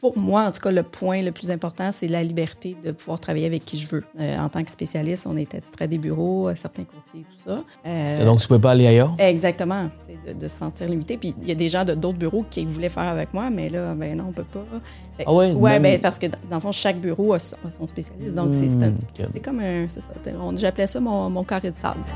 pour moi, en tout cas, le point le plus important, c'est la liberté de pouvoir travailler avec qui je veux. En tant que spécialiste, on est attitré à des bureaux, à certains courtiers, tout ça. Donc, tu ne peux pas aller ailleurs? Exactement. C'est de se sentir limité. Puis il y a des gens d'autres bureaux qui voulaient faire avec moi, mais là, ben non, on ne peut pas. Ah ouais? Ouais, ben, parce que dans le fond, chaque bureau a son spécialiste. Donc, c'est comme un... C'est ça. J'appelais ça mon carré de sable.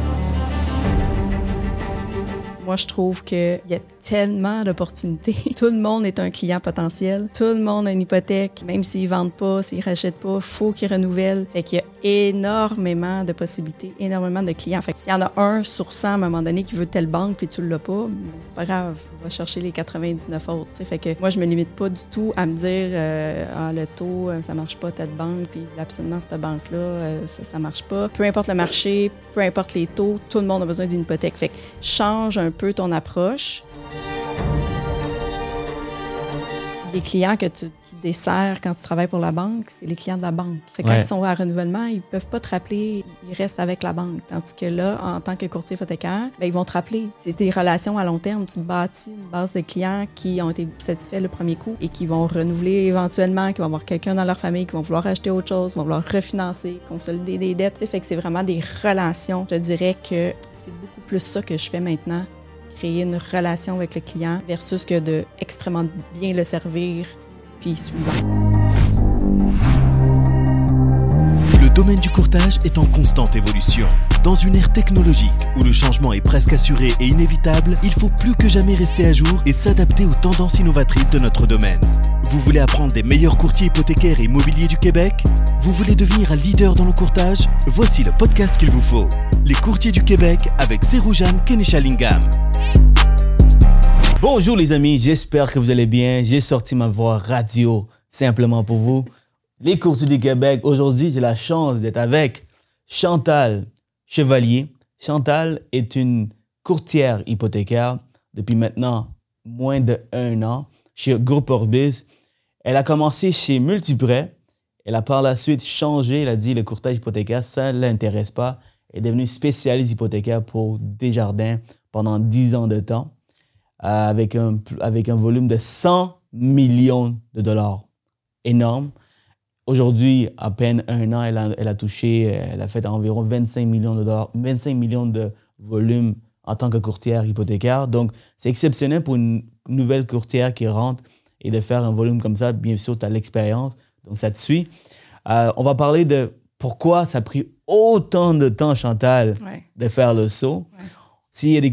Moi, je trouve qu'il y a tellement d'opportunités. Tout le monde est un client potentiel. Tout le monde a une hypothèque. Même s'ils ne vendent pas, s'ils ne rachètent pas, il faut qu'ils renouvellent. Fait qu'il y a énormément de possibilités, énormément de clients. Fait que s'il y en a 1 sur 100 à un moment donné qui veut telle banque puis tu ne l'as pas, c'est pas grave. On va chercher les 99 autres. T'sais. Fait que moi, je me limite pas du tout à me dire le taux, ça marche pas, telle banque, puis absolument cette banque-là, ça marche pas. Peu importe le marché, peu importe les taux, tout le monde a besoin d'une hypothèque. Fait que change un peu ton approche. Les clients que tu desserres quand tu travailles pour la banque, c'est les clients de la banque. Fait que quand ils sont à renouvellement, ils peuvent pas te rappeler, ils restent avec la banque. Tandis que là, en tant que courtier hypothécaire, ben, ils vont te rappeler. C'est des relations à long terme. Tu bâtis une base de clients qui ont été satisfaits le premier coup et qui vont renouveler éventuellement, qui vont avoir quelqu'un dans leur famille, qui vont vouloir acheter autre chose, qui vont vouloir refinancer, consolider des dettes. Fait que c'est vraiment des relations. Je dirais que c'est beaucoup plus ça que je fais maintenant. Créer une relation avec le client versus que de extrêmement bien le servir, puis suivant. Le domaine du courtage est en constante évolution. Dans une ère technologique où le changement est presque assuré et inévitable, il faut plus que jamais rester à jour et s'adapter aux tendances innovatrices de notre domaine. Vous voulez apprendre des meilleurs courtiers hypothécaires et immobiliers du Québec? Vous voulez devenir un leader dans le courtage? Voici le podcast qu'il vous faut. Les courtiers du Québec avec Seroujane Kenishalingam. Bonjour les amis, j'espère que vous allez bien. J'ai sorti ma voix radio simplement pour vous. Les courtiers du Québec, aujourd'hui, j'ai la chance d'être avec Chantal Chevalier. Chantal est une courtière hypothécaire depuis maintenant moins d'1 an chez Groupe Orbis. Elle a commencé chez Multiprêt. Elle a par la suite changé, elle a dit le courtage hypothécaire, ça ne l'intéresse pas. Elle est devenue spécialiste hypothécaire pour Desjardins pendant 10 ans de temps. Avec un volume de 100 millions de dollars. Énorme. Aujourd'hui, à peine 1 an, elle a fait environ 25 millions de dollars, 25 millions de volume en tant que courtière hypothécaire. Donc, c'est exceptionnel pour une nouvelle courtière qui rentre et de faire un volume comme ça. Bien sûr, tu as l'expérience, donc ça te suit. On va parler de pourquoi ça a pris autant de temps, Chantal, de faire le saut. Ouais. S'il y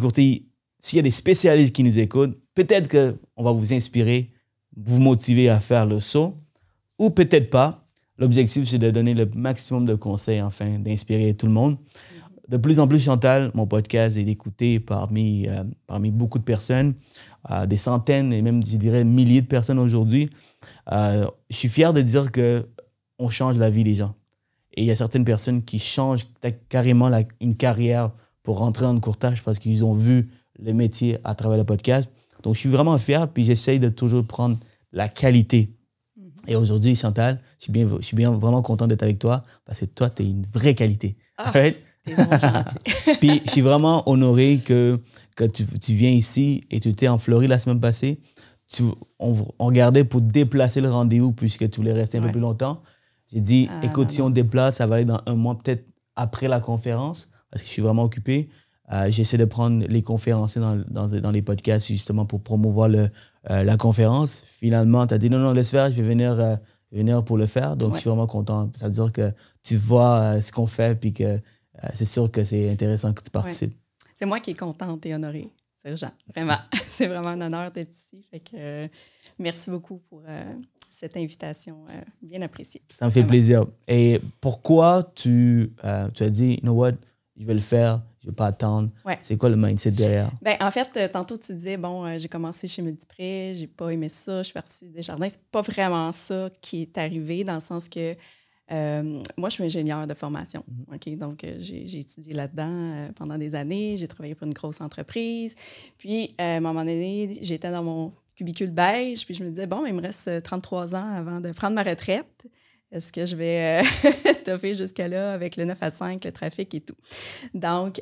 a des spécialistes qui nous écoutent, peut-être qu'on va vous inspirer, vous motiver à faire le saut, ou peut-être pas. L'objectif, c'est de donner le maximum de conseils, afin d'inspirer tout le monde. De plus en plus, Chantal, mon podcast est écouté parmi beaucoup de personnes, des centaines et même, je dirais, milliers de personnes aujourd'hui. Je suis fier de dire qu'on change la vie des gens. Et il y a certaines personnes qui changent carrément une carrière pour rentrer dans le courtage parce qu'ils ont vu le métier à travers le podcast. Donc, je suis vraiment fier, puis j'essaye de toujours prendre la qualité. Et aujourd'hui, Chantal, je suis vraiment content d'être avec toi parce que toi, tu es une vraie qualité. Ah, right? T'es vraiment gentil. Puis, je suis vraiment honoré que tu viens ici et tu étais en Floride la semaine passée. On regardait pour déplacer le rendez-vous puisque tu voulais rester un peu plus longtemps. J'ai dit, écoute, si on déplace, ça va aller dans 1 mois, peut-être après la conférence, parce que je suis vraiment occupé. J'essaie de prendre les conférenciers dans les podcasts justement pour promouvoir la conférence. Finalement, tu as dit non, laisse faire, je vais venir pour le faire. Donc, je suis vraiment content. Ça veut dire que tu vois ce qu'on fait puis que c'est sûr que c'est intéressant que tu participes. Ouais. C'est moi qui est contente et honorée, Sergent. Vraiment. C'est vraiment un honneur d'être ici. Fait que, merci beaucoup pour cette invitation bien appréciée. Ça me fait plaisir. Et pourquoi tu as dit, you know what, je vais le faire, je ne vais pas attendre. Ouais. C'est quoi le mindset derrière? Bien, en fait, tantôt, tu disais, j'ai commencé chez Multiprêt, j'ai pas aimé ça, je suis partie des Desjardins. C'est pas vraiment ça qui est arrivé, dans le sens que moi, je suis ingénieure de formation. Okay? Donc, j'ai étudié là-dedans pendant des années. J'ai travaillé pour une grosse entreprise. Puis, à un moment donné, j'étais dans mon cubicule beige, puis je me disais, il me reste 33 ans avant de prendre ma retraite. Est-ce que je vais toffer jusqu'à là avec le 9 à 5, le trafic et tout? Donc,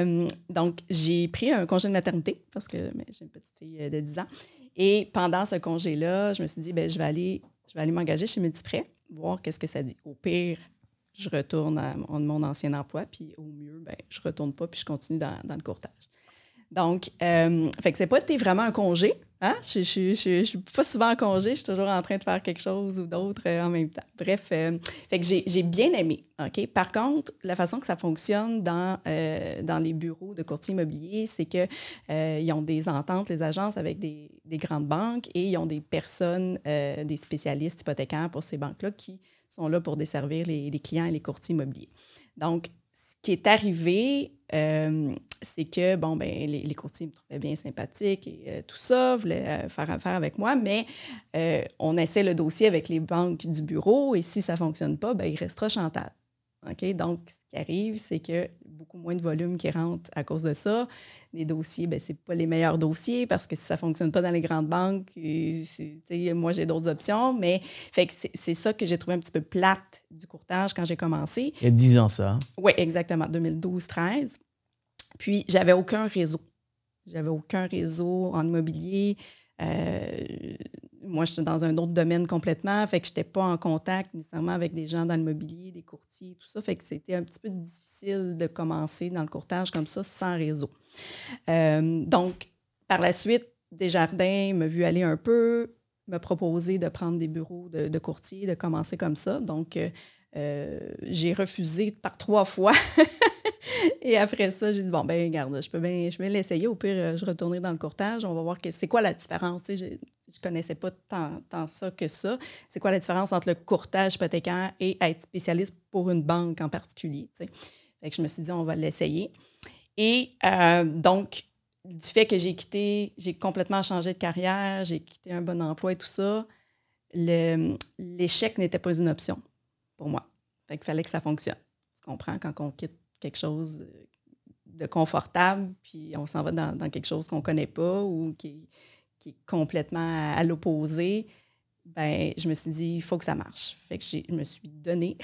j'ai pris un congé de maternité parce que j'ai une petite fille de 10 ans. Et pendant ce congé-là, je me suis dit, je vais aller m'engager chez Multiprêt, voir qu'est-ce que ça dit. Au pire, je retourne à mon ancien emploi, puis au mieux, je retourne pas, puis je continue dans le courtage. Donc, fait que c'est pas été vraiment un congé. Hein? Je suis pas souvent en congé, je suis toujours en train de faire quelque chose ou d'autre en même temps. Bref, fait que j'ai bien aimé. OK? Par contre, la façon que ça fonctionne dans les bureaux de courtiers immobiliers, c'est qu'ils ont des ententes, les agences, avec des grandes banques et ils ont des personnes, des spécialistes hypothécaires pour ces banques-là qui sont là pour desservir les clients et les courtiers immobiliers. Donc, ce qui est arrivé, c'est que, les courtiers me trouvaient bien sympathique et tout ça, voulaient faire affaire avec moi, mais on essaie le dossier avec les banques du bureau et si ça ne fonctionne pas, il restera Chantal. Okay? Donc, ce qui arrive, c'est que beaucoup moins de volume qui rentre à cause de ça. Les dossiers, ce n'est pas les meilleurs dossiers parce que si ça ne fonctionne pas dans les grandes banques, moi, j'ai d'autres options. Mais fait que c'est ça que j'ai trouvé un petit peu plate du courtage quand j'ai commencé. Il y a 10 ans, ça. Oui, exactement, 2012-13. Puis, j'avais aucun réseau. J'avais aucun réseau en immobilier. Moi, j'étais dans un autre domaine complètement, fait que je n'étais pas en contact nécessairement avec des gens dans l'immobilier, des courtiers, tout ça. Fait que c'était un petit peu difficile de commencer dans le courtage comme ça, sans réseau. Donc, par la suite, Desjardins m'a vu aller un peu, me proposer de prendre des bureaux de courtier, de commencer comme ça. Donc, j'ai refusé par 3 fois. Et après ça, j'ai dit, regarde, je vais l'essayer. Au pire, je retournerai dans le courtage. On va voir c'est quoi la différence. Tu sais, je ne connaissais pas tant ça que ça. C'est quoi la différence entre le courtage hypothécaire et être spécialiste pour une banque en particulier. Tu sais. Fait que je me suis dit, on va l'essayer. Et donc, du fait que j'ai complètement changé de carrière, j'ai quitté un bon emploi et tout ça, l'échec n'était pas une option pour moi. Fait qu'il fallait que ça fonctionne. Tu comprends? Quand on quitte quelque chose de confortable, puis on s'en va dans quelque chose qu'on ne connaît pas ou qui est complètement à l'opposé, je me suis dit, il faut que ça marche. Fait que je me suis donnée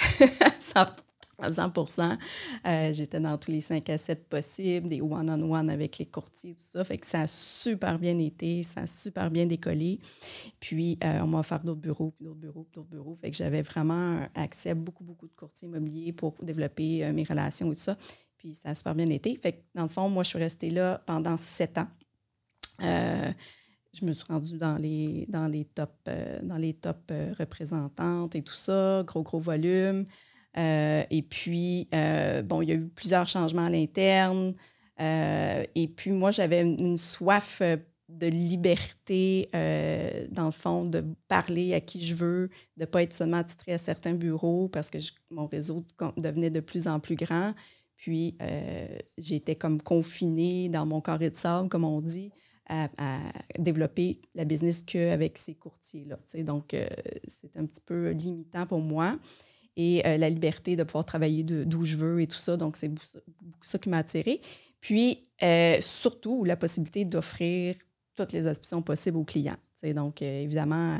à 100%. J'étais dans tous les 5 à 7 possibles, des one-on-one avec les courtiers, tout ça. Fait que ça a super bien été, ça a super bien décollé. Puis, on m'a offert d'autres bureaux. Fait que j'avais vraiment accès à beaucoup, beaucoup de courtiers immobiliers pour développer mes relations et tout ça. Puis, ça a super bien été. Fait que, dans le fond, moi, je suis restée là pendant 7 ans. Je me suis rendue dans les top représentantes et tout ça, gros volume. Et puis, il y a eu plusieurs changements à l'interne. Et puis, moi, j'avais une soif de liberté, dans le fond, de parler à qui je veux, de ne pas être seulement attitrée à certains bureaux parce que mon réseau devenait de plus en plus grand. Puis, j'étais comme confinée dans mon carré de sable, comme on dit, à développer la business qu'avec ces courtiers-là. Donc, c'est un petit peu limitant pour moi. Et la liberté de pouvoir travailler d'où je veux et tout ça. Donc, c'est beaucoup ça qui m'a attirée. Puis, surtout, la possibilité d'offrir toutes les options possibles aux clients. Donc, évidemment,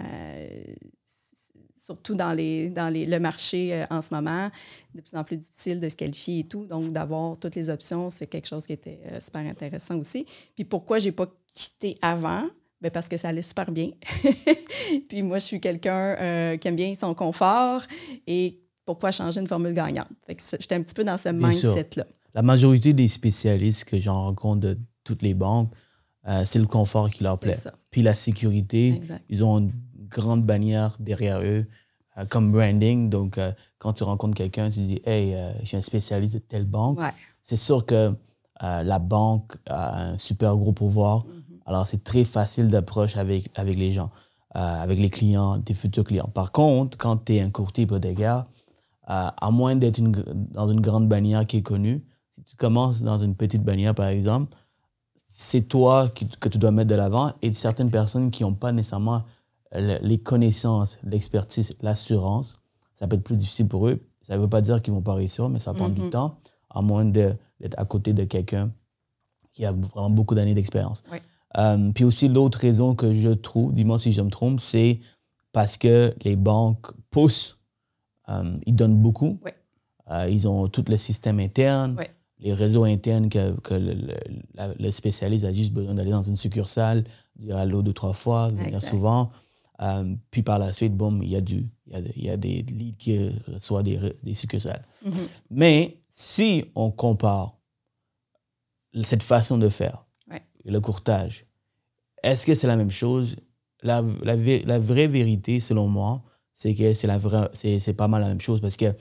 surtout dans le marché en ce moment, de plus en plus difficile de se qualifier et tout. Donc, d'avoir toutes les options, c'est quelque chose qui était super intéressant aussi. Puis, pourquoi je n'ai pas quitté avant? Parce que ça allait super bien. Puis moi, je suis quelqu'un qui aime bien son confort et pourquoi changer une formule gagnante? Fait que j'étais un petit peu dans ce mindset-là. La majorité des spécialistes que j'en rencontre de toutes les banques, c'est le confort qui leur plaît. Ça. Puis la sécurité, exact. Ils ont une grande bannière derrière eux, comme branding. Donc, quand tu rencontres quelqu'un, tu dis « Hey, je suis un spécialiste de telle banque. Ouais. » C'est sûr que la banque a un super gros pouvoir. Mm-hmm. Alors, c'est très facile d'approche avec les gens, avec les clients, tes futurs clients. Par contre, quand tu es un courtier hypothécaire, à moins d'être dans une grande bannière qui est connue, si tu commences dans une petite bannière, par exemple, c'est toi que tu dois mettre de l'avant et certaines personnes qui n'ont pas nécessairement les connaissances, l'expertise, l'assurance, ça peut être plus difficile pour eux. Ça ne veut pas dire qu'ils ne vont pas réussir, mais ça prend du temps, à moins d'être à côté de quelqu'un qui a vraiment beaucoup d'années d'expérience. Oui. Puis aussi, l'autre raison que je trouve, dis-moi si je me trompe, c'est parce que les banques poussent Ils donnent beaucoup. Ouais. Ils ont tout le système interne, les réseaux internes que le spécialiste a juste besoin d'aller dans une succursale, dire allô 2-3 fois, venir souvent. Puis par la suite, boum, il y a des leads qui reçoivent des succursales. Mm-hmm. Mais si on compare cette façon de faire, le courtage, est-ce que c'est la même chose? La vraie vérité, selon moi, c'est que c'est pas mal la même chose parce que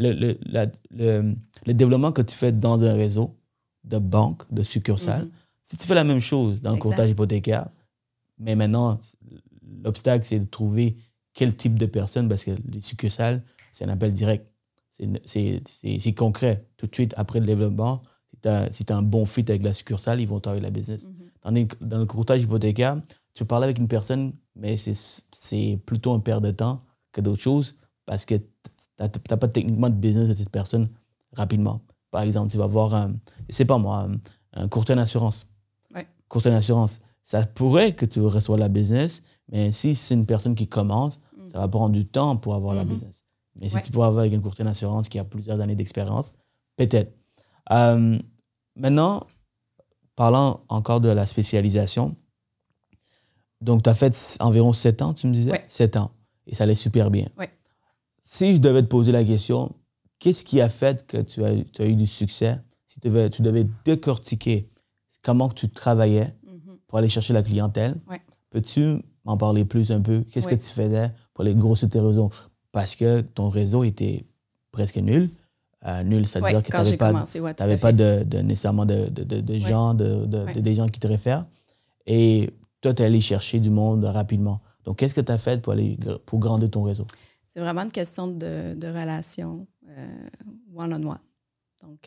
le développement que tu fais dans un réseau de banques, de succursales, si tu fais la même chose dans le courtage hypothécaire, mais maintenant, l'obstacle, c'est de trouver quel type de personne parce que les succursales, c'est un appel direct. C'est concret. Tout de suite, après le développement, si tu as un bon fit avec la succursale, ils vont t'envoyer la business. Dans le courtage hypothécaire, tu peux parler avec une personne, mais c'est plutôt un perte de temps que d'autres choses parce que tu n'as pas techniquement de business de cette personne rapidement. Par exemple, tu vas voir un courtier d'assurance. Courtier d'assurance, ça pourrait que tu reçoives la business, mais si c'est une personne qui commence, ça va prendre du temps pour avoir la business. Mais si tu pourrais avoir avec un courtier d'assurance qui a plusieurs années d'expérience, peut-être. Maintenant, parlant encore de la spécialisation, donc tu as fait environ 7 ans, tu me disais? 7 ans. Et ça allait super bien. Si je devais te poser la question, qu'est-ce qui a fait que tu as eu du succès? Si tu devais décortiquer comment tu travaillais pour aller chercher la clientèle, peux-tu m'en parler plus un peu? Qu'est-ce que tu faisais pour les grosses raisons? Parce que ton réseau était presque nul. Nul, c'est-à-dire que tu n'avais pas nécessairement de gens, des gens qui te réfèrent. Et toi, tu es allé chercher du monde rapidement. Donc, qu'est-ce que tu as fait pour grandir ton réseau? C'est vraiment une question de relation one-on-one. Donc,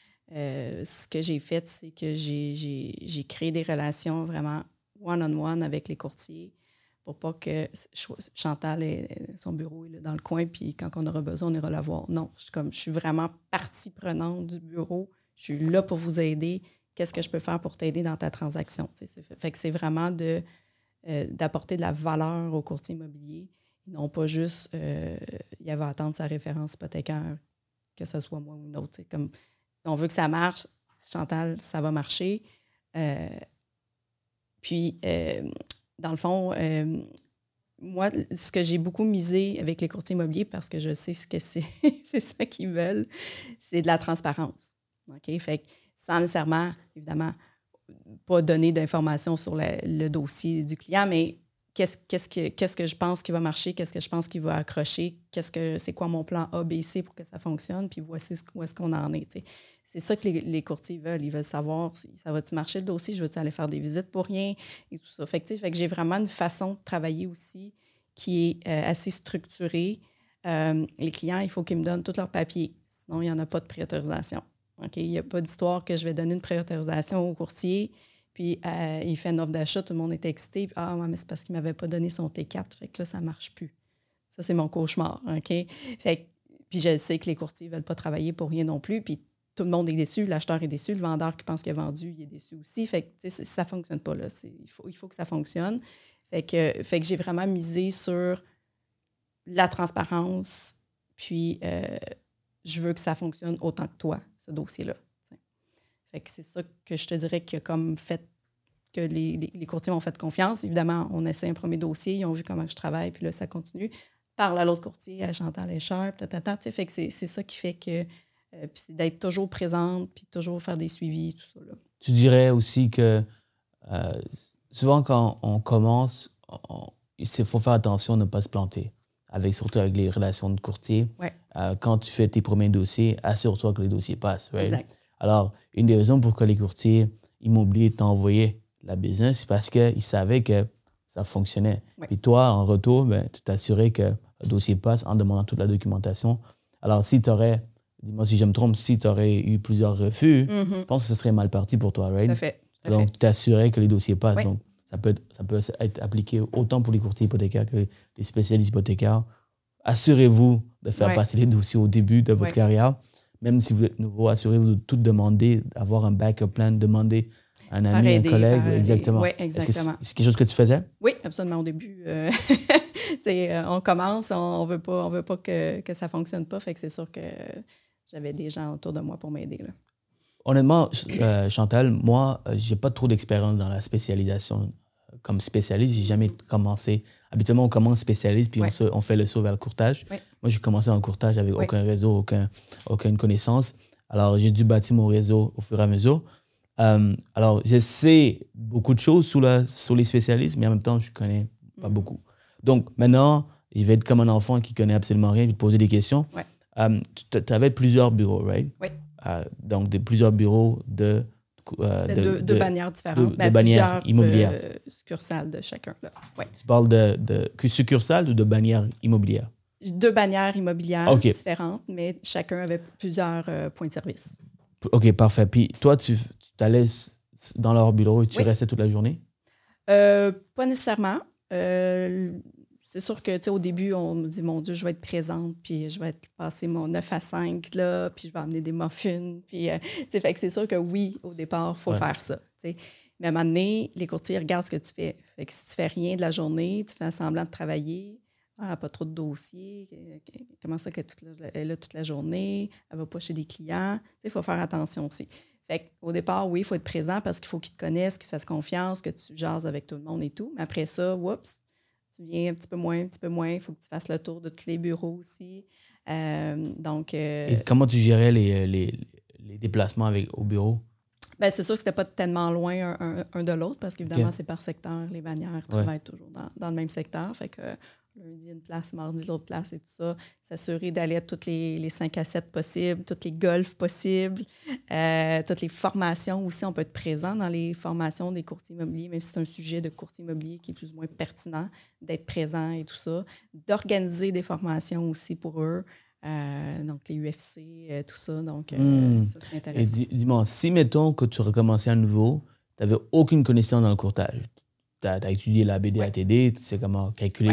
ce que j'ai fait, c'est que j'ai créé des relations vraiment one-on-one avec les courtiers pour pas que Chantal ait son bureau est là dans le coin, puis quand on aura besoin, on ira la voir. Non, je suis vraiment partie prenante du bureau. Je suis là pour vous aider. Qu'est-ce que je peux faire pour t'aider dans ta transaction? Fait que c'est vraiment d'apporter de la valeur au courtier immobilier. Et non pas juste, il va attendre sa référence hypothécaire, que ce soit moi ou une autre. Comme, on veut que ça marche, Chantal, ça va marcher. Puis, dans le fond, moi, ce que j'ai beaucoup misé avec les courtiers immobiliers, parce que je sais ce que c'est, c'est ça qu'ils veulent, c'est de la transparence. OK? Fait que sans nécessairement, évidemment, pas donner d'informations sur le dossier du client, mais qu'est-ce que je pense qui va marcher, qu'est-ce que je pense qui va accrocher, c'est quoi mon plan A, B, C pour que ça fonctionne, puis voici où est-ce qu'on en est. T'sais. C'est ça que les courtiers veulent. Ils veulent savoir si ça va-tu marcher le dossier, je veux-tu aller faire des visites pour rien, et tout ça. Fait que j'ai vraiment une façon de travailler aussi qui est assez structurée. Les clients, il faut qu'ils me donnent tous leurs papiers, sinon il n'y en a pas de préautorisation. Okay? Il n'y a pas d'histoire que je vais donner une préautorisation au courtier, puis il fait une offre d'achat, tout le monde est excité. Ah, ouais, mais c'est parce qu'il ne m'avait pas donné son T4, fait que là, ça ne marche plus. Ça, c'est mon cauchemar. OK? Fait puis je sais que les courtiers ne veulent pas travailler pour rien non plus, puis tout le monde est déçu, l'acheteur est déçu, le vendeur qui pense qu'il a vendu, il est déçu aussi. Fait que ça ne fonctionne pas là. Il faut que ça fonctionne. Fait que j'ai vraiment misé sur la transparence, puis je veux que ça fonctionne autant que toi, ce dossier-là. Fait que c'est ça que je te dirais qui a comme fait que les courtiers m'ont fait confiance. Évidemment, on essaie un premier dossier, ils ont vu comment je travaille, puis là, ça continue. Parle à l'autre courtier, à Chantal Echarpe, fait que c'est ça qui fait que puis c'est d'être toujours présente, puis toujours faire des suivis, tout ça. Là. Tu dirais aussi que souvent, quand on commence, il faut faire attention à ne pas se planter, surtout avec les relations de courtier. Ouais. Quand tu fais tes premiers dossiers, assure-toi que les dossiers passent. Right? Exact. Alors, une des raisons pour que les courtiers immobiliers t'envoyaient la business, c'est parce qu'ils savaient que ça fonctionnait. Ouais. Puis toi, en retour, tu t'assurais que le dossier passe en demandant toute la documentation. Alors, si tu aurais, dis-moi si je me trompe, si tu aurais eu plusieurs refus, je pense que ce serait mal parti pour toi, right? Tout à fait. Donc, tu t'assurais que les dossiers passent. Oui. Donc, ça peut être appliqué autant pour les courtiers hypothécaires que les spécialistes hypothécaires. Assurez-vous de faire passer les dossiers au début de votre carrière. Même si vous êtes nouveau, assurez-vous de tout demander, d'avoir un backup plan, demander à un ami, un collègue. Exactement. Oui, exactement. Est-ce que c'est quelque chose que tu faisais? Oui, absolument. Au début, On commence, on veut pas que ça fonctionne pas. Fait que c'est sûr que j'avais des gens autour de moi pour m'aider, là. Honnêtement, Chantal, moi, j'ai pas trop d'expérience dans la spécialisation. Comme spécialiste, j'ai jamais commencé. Habituellement, on commence spécialiste, puis on fait le saut vers le courtage. Ouais. Moi, j'ai commencé dans le courtage avec aucun réseau, aucune connaissance. Alors, j'ai dû bâtir mon réseau au fur et à mesure. Alors, je sais beaucoup de choses sur les spécialistes, mais en même temps, je connais pas beaucoup. Donc, maintenant, je vais être comme un enfant qui connaît absolument rien, je vais te poser des questions. Ouais. Tu avais plusieurs bureaux, right? Oui. Donc, plusieurs bureaux de... C'est deux bannières différentes. De bannières immobilières. Succursales de chacun. Là. Ouais. Tu parles de succursales ou de bannières immobilières? Deux bannières immobilières différentes, mais chacun avait plusieurs points de service. OK, parfait. Puis toi, tu allais dans leur bureau et tu restais toute la journée? Pas nécessairement. C'est sûr que, au début, on me dit, mon Dieu, je vais être présente, puis je vais passer mon 9 à 5, là, puis je vais amener des muffins. Puis, fait que c'est sûr que oui, au départ, il faut faire ça. T'sais. Mais à un moment donné, les courtiers regardent ce que tu fais. Fait que si tu fais rien de la journée, tu fais semblant de travailler, pas trop de dossiers, comment ça qu'elle est là toute la journée, elle va pas chez des clients. Il faut faire attention aussi. Fait qu'au départ, oui, il faut être présent parce qu'il faut qu'ils te connaissent, qu'ils te fassent confiance, que tu jases avec tout le monde et tout. Mais après ça, oups, tu viens un petit peu moins. Il faut que tu fasses le tour de tous les bureaux aussi. Et comment tu gérais les déplacements au bureau? Bien, c'est sûr que c'était pas tellement loin un de l'autre parce qu'évidemment, c'est par secteur. Les bannières travaillent toujours dans le même secteur. Fait que lundi, une place, mardi, l'autre place et tout ça. S'assurer d'aller à toutes les 5 à 7 possibles, toutes les golfs possibles, toutes les formations aussi. On peut être présent dans les formations des courtiers immobiliers, même si c'est un sujet de courtier immobilier qui est plus ou moins pertinent, d'être présent et tout ça. D'organiser des formations aussi pour eux. Donc, les UFC, tout ça. Donc, ça, c'est intéressant. Et dis-moi, si, mettons, que tu recommençais à nouveau, tu n'avais aucune connaissance dans le courtage. Tu as étudié la BDATD, tu sais comment calculer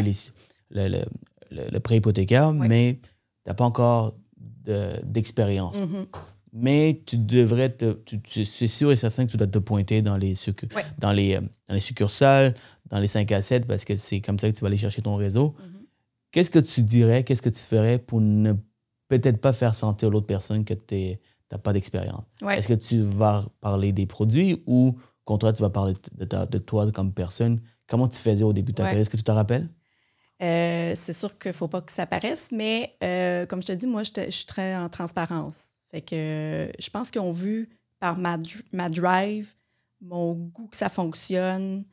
le prêt hypothécaire, mais tu n'as pas encore d'expérience. Mm-hmm. Mais tu devrais c'est sûr et certain que tu dois te pointer dans les succursales, dans les 5 à 7, parce que c'est comme ça que tu vas aller chercher ton réseau. Mm-hmm. Qu'est-ce que tu dirais, qu'est-ce que tu ferais pour ne peut-être pas faire sentir l'autre personne que tu n'as pas d'expérience? Ouais. Est-ce que tu vas parler des produits ou, au contraire, tu vas parler de toi comme personne? Comment tu faisais au début de ta carrière? Est-ce que tu te rappelles? C'est sûr qu'il ne faut pas que ça paraisse, mais comme je te dis, moi, je suis très en transparence. Fait que je pense qu'ils ont vu par ma drive, mon goût que ça fonctionne,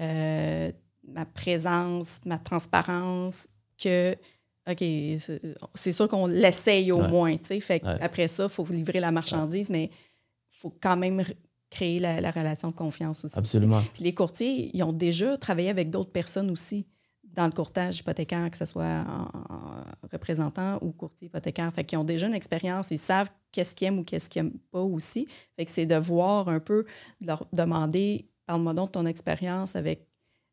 ma présence, ma transparence, que, OK, c'est sûr qu'on l'essaye au moins, tu sais. Fait qu'après ça, il faut livrer la marchandise, mais il faut quand même créer la relation de confiance aussi. Absolument. Puis les courtiers, ils ont déjà travaillé avec d'autres personnes aussi dans le courtage hypothécaire, que ce soit en représentant ou courtier hypothécaire. Fait qu'ils ont déjà une expérience, ils savent qu'est-ce qu'ils aiment ou qu'est-ce qu'ils n'aiment pas aussi. Fait que c'est de voir un peu, de leur demander, parle-moi donc de ton expérience avec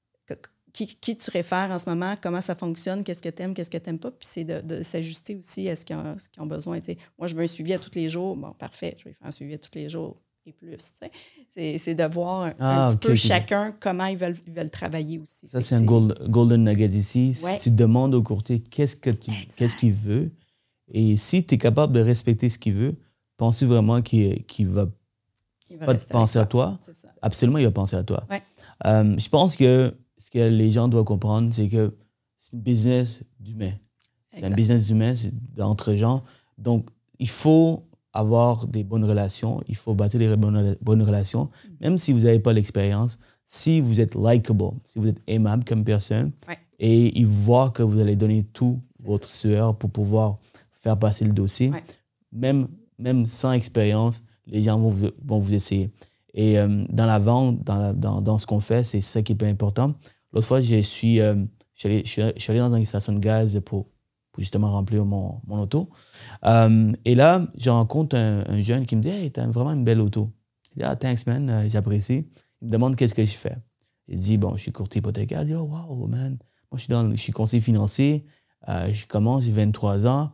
qui tu réfères en ce moment, comment ça fonctionne, qu'est-ce que tu aimes, qu'est-ce que tu n'aimes pas. Puis c'est de s'ajuster aussi à ce qu'ils ont besoin. T'sais. Moi, je veux un suivi à tous les jours. Bon, parfait, je vais faire un suivi à tous les jours et plus. C'est de voir un petit peu chacun comment ils veulent travailler aussi. Ça, c'est un golden nugget ici. Si tu demandes au courtier qu'est-ce qu'il veut, et si tu es capable de respecter ce qu'il veut, penses-tu vraiment qu'il va pas penser à toi? Absolument, il va penser à toi. Ouais. Je pense que ce que les gens doivent comprendre, c'est que c'est un business d'humain. C'est un business d'humain, c'est entre gens. Donc, il faut avoir des bonnes relations, il faut bâtir des bonnes relations, même si vous n'avez pas l'expérience, si vous êtes likable, si vous êtes aimable comme personne, et ils voient que vous allez donner tout votre sueur pour pouvoir faire passer le dossier, même sans expérience, les gens vont vous essayer. Et dans la vente, dans ce qu'on fait, c'est ça qui est pas important. L'autre fois, je suis allé dans une station de gaz pour justement remplir mon auto. Et là, je rencontre un jeune qui me dit « Hey, t'as vraiment une belle auto. » Je dis « Ah, thanks, man, j'apprécie. » Il me demande qu'est-ce que je fais. Je dis « Bon, je suis courtier hypothécaire. » Il dit « Oh, wow, man. Moi, je suis conseiller financier. Je commence, j'ai 23 ans.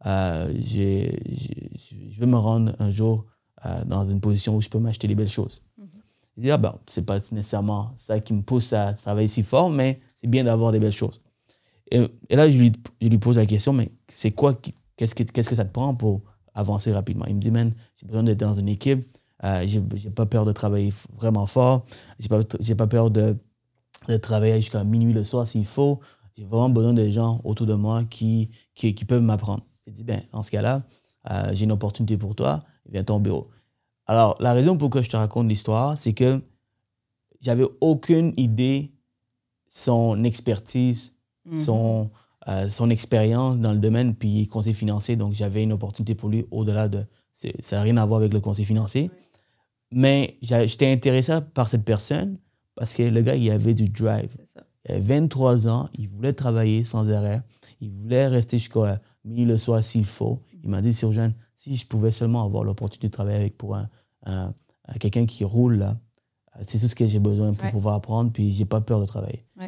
Je veux me rendre un jour dans une position où je peux m'acheter des belles choses. » Il dit « Ah ben, c'est pas nécessairement ça qui me pousse à travailler si fort, mais c'est bien d'avoir des belles choses. » Et là, je lui pose la question, mais c'est quoi, qu'est-ce que ça te prend pour avancer rapidement? Il me dit, man, j'ai besoin d'être dans une équipe, j'ai pas peur de travailler vraiment fort, j'ai pas peur de travailler jusqu'à minuit le soir s'il faut. J'ai vraiment besoin de gens autour de moi qui peuvent m'apprendre. J'ai dit, ben, en ce cas-là, j'ai une opportunité pour toi, viens à ton bureau. Alors, la raison pour laquelle je te raconte l'histoire, c'est que j'avais aucune idée son expertise, son expérience dans le domaine, puis conseil financier. Donc, j'avais une opportunité pour lui au-delà de... Ça n'a rien à voir avec le conseil financier. Oui. Mais j'étais intéressé par cette personne parce que le gars, il avait du drive. C'est ça. Il avait 23 ans, il voulait travailler sans arrêt. Il voulait rester jusqu'à minuit le soir s'il faut. Il m'a dit, Sirojane, si je pouvais seulement avoir l'opportunité de travailler pour quelqu'un qui roule, là, c'est tout ce que j'ai besoin pour pouvoir apprendre, puis j'ai pas peur de travailler. Ouais.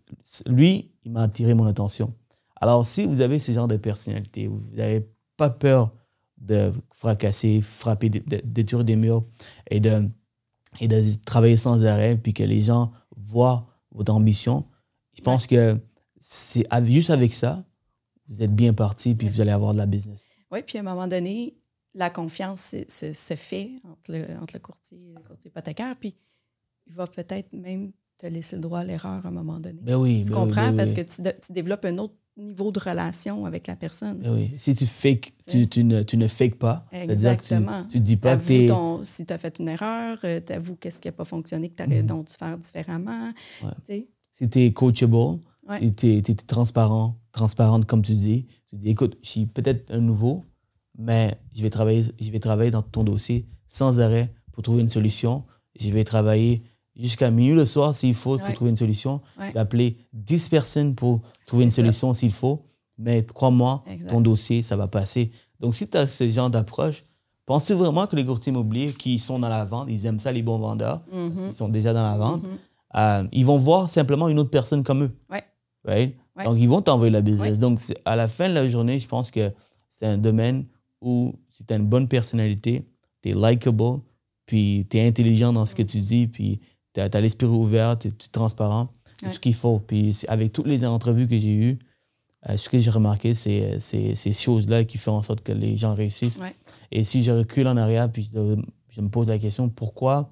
Lui, il m'a attiré mon attention. Alors, si vous avez ce genre de personnalité, vous n'avez pas peur de fracasser, frapper, détruire des murs et de travailler sans arrêt, puis que les gens voient votre ambition, je pense que c'est juste avec ça, vous êtes bien parti, puis vous allez avoir de la business. Oui, puis à un moment donné, la confiance se fait entre le courtier hypothécaire, puis il va peut-être même te laisser le droit à l'erreur à un moment donné. Ben oui, tu comprends? Parce que tu développes un autre niveau de relation avec la personne. Ben oui. Si tu fakes, tu ne fakes pas. Exactement. Tu dis pas que si tu as fait une erreur, tu avoues qu'est-ce qui n'a pas fonctionné, que tu aurais donc dû faire différemment. Ouais. Si tu es coachable, si tu es transparente comme tu dis écoute, je suis peut-être un nouveau, mais je vais travailler dans ton dossier sans arrêt pour trouver une solution. Je vais travailler jusqu'à minuit le soir s'il faut pour trouver une solution. Je vais appeler 10 personnes pour trouver une solution s'il faut. Mais crois-moi, ton dossier, ça va passer. Donc, si tu as ce genre d'approche, penses-tu vraiment que les courtiers immobiliers qui sont dans la vente, ils aiment ça, les bons vendeurs, parce qu'ils sont déjà dans la vente, ils vont voir simplement une autre personne comme eux. Right? Donc, ils vont t'envoyer la business. Donc, à la fin de la journée, je pense que c'est un domaine où si tu as une bonne personnalité, tu es likable, puis tu es intelligent dans ce que tu dis, puis tu as l'esprit ouvert, tu es transparent. C'est ce qu'il faut. Puis avec toutes les entrevues que j'ai eues, ce que j'ai remarqué, c'est ces choses-là qui font en sorte que les gens réussissent. Ouais. Et si je recule en arrière, puis je me pose la question, pourquoi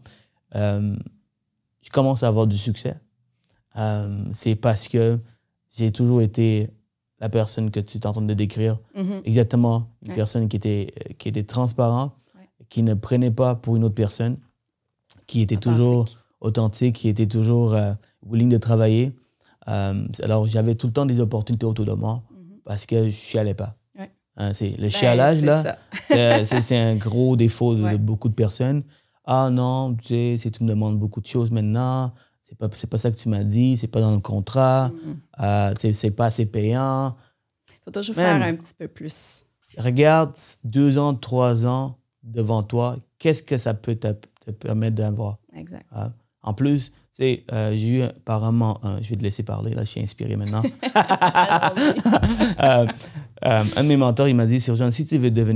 je commence à avoir du succès? C'est parce que j'ai toujours été la personne que tu es en train de décrire. Exactement, une personne qui était transparente, qui ne prenait pas pour une autre personne, qui était toujours authentique, qui était toujours willing de travailler. Alors, j'avais tout le temps des opportunités autour de moi parce que je ne chialais pas. Ouais. Le chialage, là, c'est un gros défaut de beaucoup de personnes. Ah non, tu sais, si tu me demandes beaucoup de choses maintenant, c'est pas ça que tu m'as dit, c'est pas dans le contrat, c'est pas assez payant. Il faut toujours faire un petit peu plus. Regarde 2 ans, 3 ans devant toi, qu'est-ce que ça peut te permettre d'avoir? Exact. En plus, tu sais, j'ai eu apparemment, je vais te laisser parler, là, je suis inspiré maintenant. Un de mes mentors, il m'a dit, Sirojane, si tu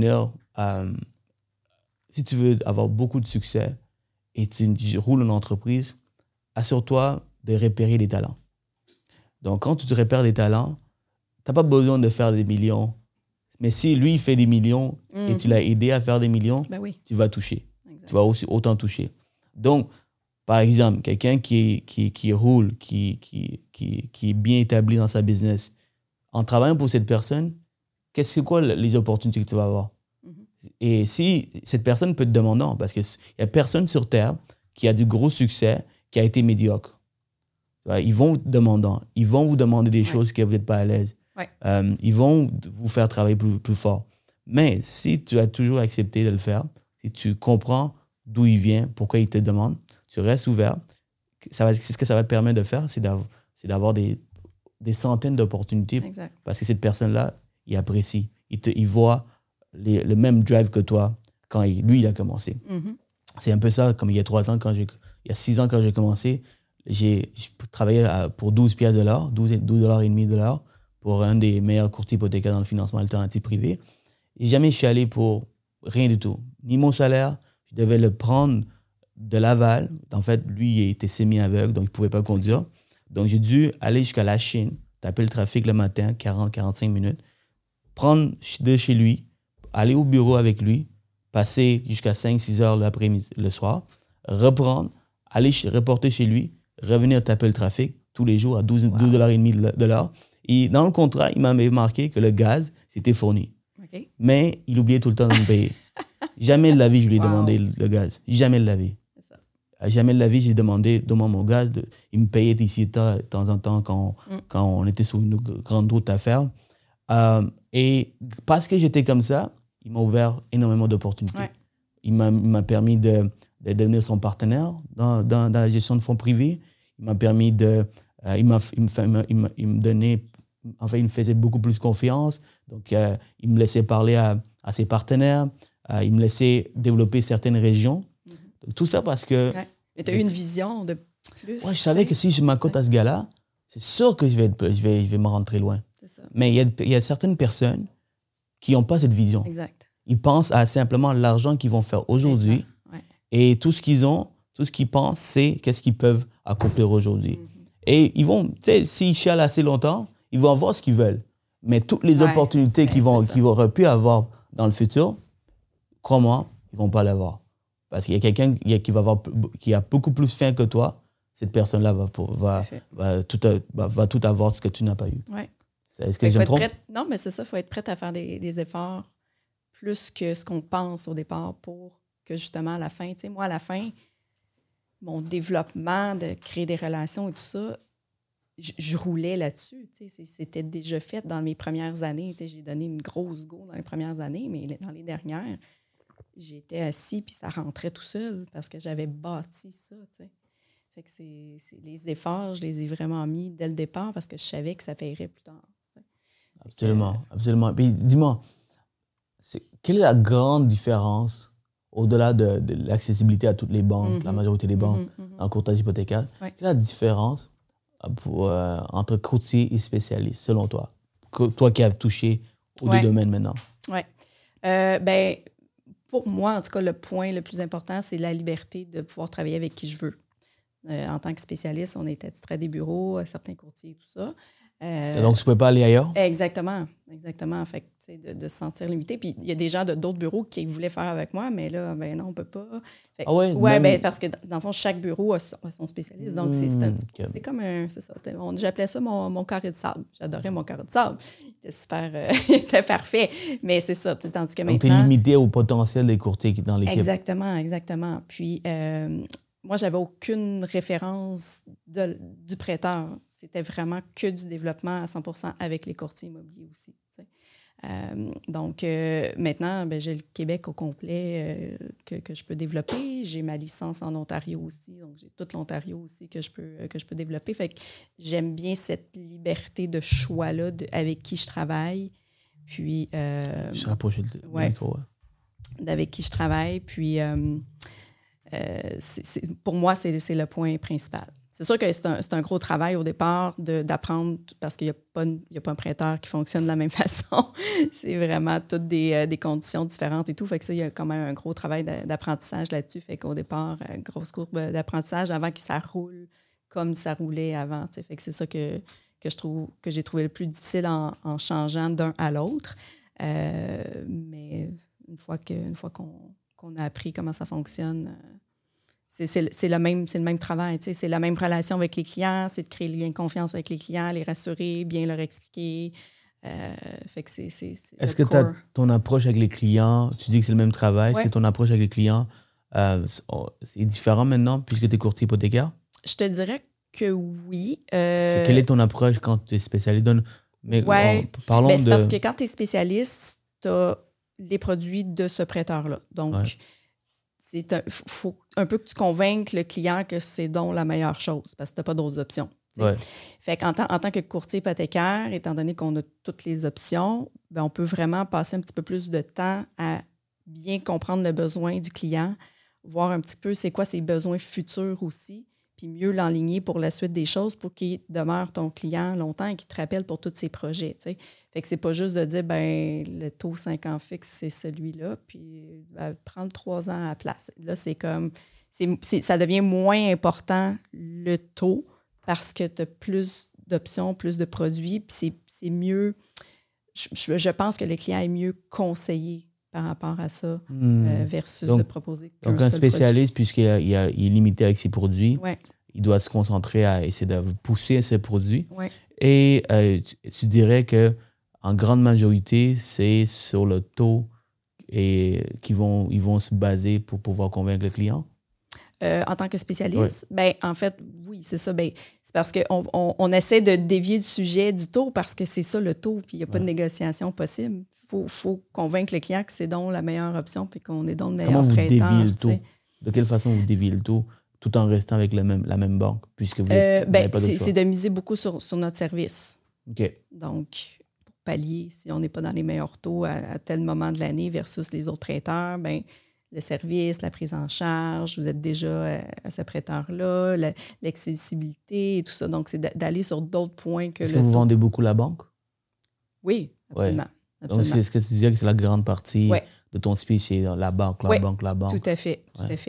veux avoir beaucoup de succès et tu roules une entreprise, assure-toi de repérer les talents. Donc, quand tu te repères des talents, tu n'as pas besoin de faire des millions. Mais si lui, il fait des millions et tu l'as aidé à faire des millions, tu vas toucher. Exact. Tu vas aussi autant toucher. Donc, par exemple, quelqu'un qui roule, qui est bien établi dans sa business, en travaillant pour cette personne, c'est quoi les opportunités que tu vas avoir? Et si cette personne peut te demander, parce qu'il n'y a personne sur Terre qui a du gros succès, qui a été médiocre. Ils vont vous demander des choses que vous n'êtes pas à l'aise. Ouais. Ils vont vous faire travailler plus fort. Mais si tu as toujours accepté de le faire, si tu comprends d'où il vient, pourquoi il te demande, tu restes ouvert, c'est ce que ça va te permettre de faire, c'est d'avoir des centaines d'opportunités. Exact. Parce que cette personne-là, il apprécie. Il voit le même drive que toi quand lui, il a commencé. C'est un peu ça, comme il y a 6 ans quand j'ai commencé, j'ai travaillé pour 12 piastres de l'heure, 12,5 de l'heure, pour un des meilleurs courtiers hypothécaires dans le financement alternatif privé. Et jamais je suis allé pour rien du tout. Ni mon salaire, je devais le prendre de l'aval. En fait, lui, il était semi-aveugle, donc il ne pouvait pas conduire. Donc, j'ai dû aller jusqu'à la Chine, taper le trafic le matin, 40-45 minutes, prendre de chez lui, aller au bureau avec lui, passer jusqu'à 5-6 heures l'après-midi, le soir, reprendre, aller reporter chez lui, revenir taper le trafic tous les jours à 12,50 $ de l'heure. Et dans le contrat, il m'avait marqué que le gaz, c'était fourni. OK. Mais il oubliait tout le temps de me payer. Jamais de la vie, je lui ai demandé le gaz. Jamais de la vie. C'est ça. Jamais de la vie, j'ai demandé, demande mon gaz. Il me payait ici de temps en temps quand on était sur une grande route à faire. Et parce que j'étais comme ça, il m'a ouvert énormément d'opportunités. Ouais. Il m'a permis de devenir son partenaire dans la gestion de fonds privés. Il m'a permis il me donnait, enfin, il me faisait beaucoup plus confiance. Donc, il me laissait parler à ses partenaires. Il me laissait développer certaines régions. Donc, tout ça parce que... Ouais. Mais tu as eu une vision de plus. Ouais, je savais que si je m'accote à ce gars-là, c'est sûr que je vais me rendre très loin. C'est ça. Mais il y a certaines personnes qui n'ont pas cette vision. Exact. Ils pensent à simplement l'argent qu'ils vont faire aujourd'hui. Ouais. Et tout ce qu'ils pensent, c'est qu'est-ce qu'ils peuvent accomplir aujourd'hui. Et ils vont, tu sais, s'ils chialent assez longtemps, ils vont avoir ce qu'ils veulent. Mais toutes les opportunités qu'ils auraient pu avoir dans le futur, crois-moi, ils ne vont pas l'avoir. Parce qu'il y a quelqu'un qui a beaucoup plus faim que toi, cette personne-là va tout avoir ce que tu n'as pas eu. Ouais. Est-ce que je me trompe? Non, mais c'est ça, il faut être prêt à faire des efforts plus que ce qu'on pense au départ pour que justement à la fin, tu sais, moi à la fin, mon développement de créer des relations et tout ça, je roulais là-dessus. Tu sais, c'était déjà fait dans mes premières années. Tu sais, j'ai donné une grosse go dans les premières années, mais dans les dernières, j'étais assis puis ça rentrait tout seul parce que j'avais bâti ça. Tu sais. Fait que c'est les efforts, je les ai vraiment mis dès le départ parce que je savais que ça paierait plus tard. Tu sais. Absolument, absolument. Puis dis-moi, quelle est la grande différence au-delà de l'accessibilité à toutes les banques, la majorité des banques, dans le courtage hypothécaire? Quelle est la différence entre courtier et spécialiste, selon toi? Toi qui as touché aux deux domaines maintenant. Oui. Pour moi, en tout cas, le point le plus important, c'est la liberté de pouvoir travailler avec qui je veux. En tant que spécialiste, on est attitré à des bureaux, à certains courtiers et tout ça. Donc, tu ne pouvais pas aller ailleurs? Exactement. Fait que, de se sentir limité. Puis, il y a des gens d'autres bureaux qui voulaient faire avec moi, mais là, ben non, on ne peut pas. Fait, parce que, dans le fond, chaque bureau a son spécialiste. Donc, c'est comme un... C'est ça. J'appelais ça mon carré de sable. J'adorais mon carré de sable. Il était super... il était parfait. Mais c'est ça. Tandis que maintenant... Donc, tu es limité au potentiel des courtiers dans l'équipe. Exactement. Puis... moi, j'avais aucune référence du prêteur. C'était vraiment que du développement à 100% avec les courtiers immobiliers aussi. Donc, maintenant, j'ai le Québec au complet que je peux développer. J'ai ma licence en Ontario aussi. Donc, j'ai tout l'Ontario aussi que je peux développer. Fait que j'aime bien cette liberté de choix-là avec qui je travaille. Puis... je rapproche le micro. Avec qui je travaille. Puis... pour moi, c'est le point principal. C'est sûr que c'est un gros travail au départ d'apprendre parce qu'il n'y a pas un prêteur qui fonctionne de la même façon. C'est vraiment toutes des conditions différentes et tout. Fait que ça, il y a quand même un gros travail d'apprentissage là-dessus. Fait qu'au départ, grosse courbe d'apprentissage avant que ça roule comme ça roulait avant. T'sais. Fait que c'est ça que j'ai trouvé le plus difficile en changeant d'un à l'autre. Mais une fois qu'on a appris comment ça fonctionne, c'est le même travail. C'est la même relation avec les clients, c'est de créer le lien de confiance avec les clients, les rassurer, bien leur expliquer. Fait que c'est Est-ce que ton approche avec les clients, tu dis que c'est le même travail, est-ce que ton approche avec les clients, c'est différent maintenant puisque tu es courtier hypothécaire? Je te dirais que oui. Quelle est ton approche quand tu es spécialiste? Parlons c'est parce que quand tu es spécialiste, tu as les produits de ce prêteur-là. Donc, il faut un peu que tu convainques le client que c'est donc la meilleure chose parce que tu n'as pas d'autres options. Ouais. Fait qu'en tant que courtier hypothécaire, étant donné qu'on a toutes les options, on peut vraiment passer un petit peu plus de temps à bien comprendre le besoin du client, voir un petit peu c'est quoi ses besoins futurs aussi, puis mieux l'enligner pour la suite des choses pour qu'il demeure ton client longtemps et qu'il te rappelle pour tous ses projets. T'sais. Fait que c'est pas juste de dire, le taux 5 ans fixe, c'est celui-là, puis prendre 3 ans à la place. Là, c'est comme, ça devient moins important le taux parce que tu as plus d'options, plus de produits, puis c'est mieux. Je pense que le client est mieux conseillé par rapport à ça versus de proposer donc un spécialiste, puisqu'il est limité avec ses produits, ouais. il doit se concentrer à essayer de pousser ses produits. Ouais. Et tu dirais qu'en grande majorité, c'est sur le taux qu'ils vont se baser pour pouvoir convaincre le client? En tant que spécialiste, ben, en fait, oui, c'est ça. Ben, c'est parce qu'on essaie de dévier le sujet du taux parce que c'est ça le taux, puis il n'y a pas de négociation possible. Il faut convaincre le client que c'est donc la meilleure option puis qu'on est donc le meilleur prêteur. Comment vous déviez le taux? De quelle façon vous déviez le taux tout en restant avec la même banque, puisque vous n'avez pas d'autre choix? C'est de miser beaucoup sur notre service. OK. Donc, pour pallier, si on n'est pas dans les meilleurs taux à tel moment de l'année versus les autres prêteurs, ben le service, la prise en charge, vous êtes déjà à ce prêteur-là, l'accessibilité et tout ça. Donc, c'est d'aller sur d'autres points que Est-ce que vous vendez beaucoup la banque? Oui, absolument. Ouais. Donc, c'est ce que tu disais que c'est la grande partie de ton speech, c'est la banque, la banque. Tout à fait.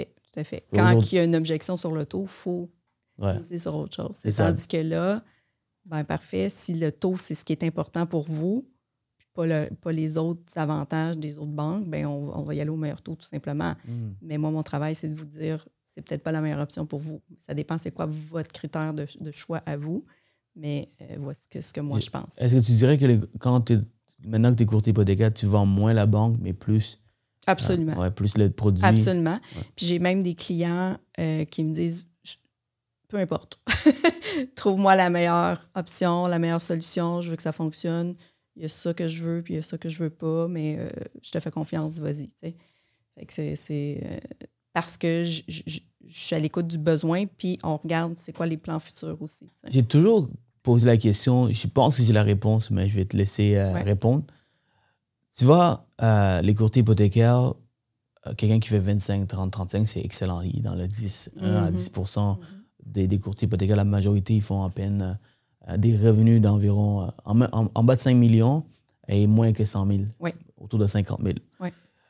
Quand il y a une objection sur le taux, il faut miser sur autre chose. Tandis que là, ben parfait, si le taux, c'est ce qui est important pour vous, pas les autres avantages des autres banques, ben on va y aller au meilleur taux, tout simplement. Mais moi, mon travail, c'est de vous dire, c'est peut-être pas la meilleure option pour vous. Ça dépend, c'est quoi votre critère de choix à vous. Mais voici ce que moi, je pense. Est-ce que tu dirais que maintenant que tu es courtier hypothécaire, tu vends moins la banque, mais plus... Absolument. Plus le produit. Absolument. Ouais. Puis j'ai même des clients qui me disent, peu importe, trouve-moi la meilleure option, la meilleure solution, je veux que ça fonctionne. Il y a ça que je veux, puis il y a ça que je veux pas, mais je te fais confiance, vas-y. T'sais. Fait que c'est parce que je suis à l'écoute du besoin, puis on regarde c'est quoi les plans futurs aussi. T'sais. J'ai toujours posé la question, je pense que j'ai la réponse, mais je vais te laisser répondre. Tu vois, les courtiers hypothécaires, quelqu'un qui fait 25, 30, 35, c'est excellent. Il est dans le 10, 1 à 10% des courtiers hypothécaires. La majorité, ils font à peine des revenus d'environ en bas de 5 millions et moins que 100 000, autour de 50 000. Oui.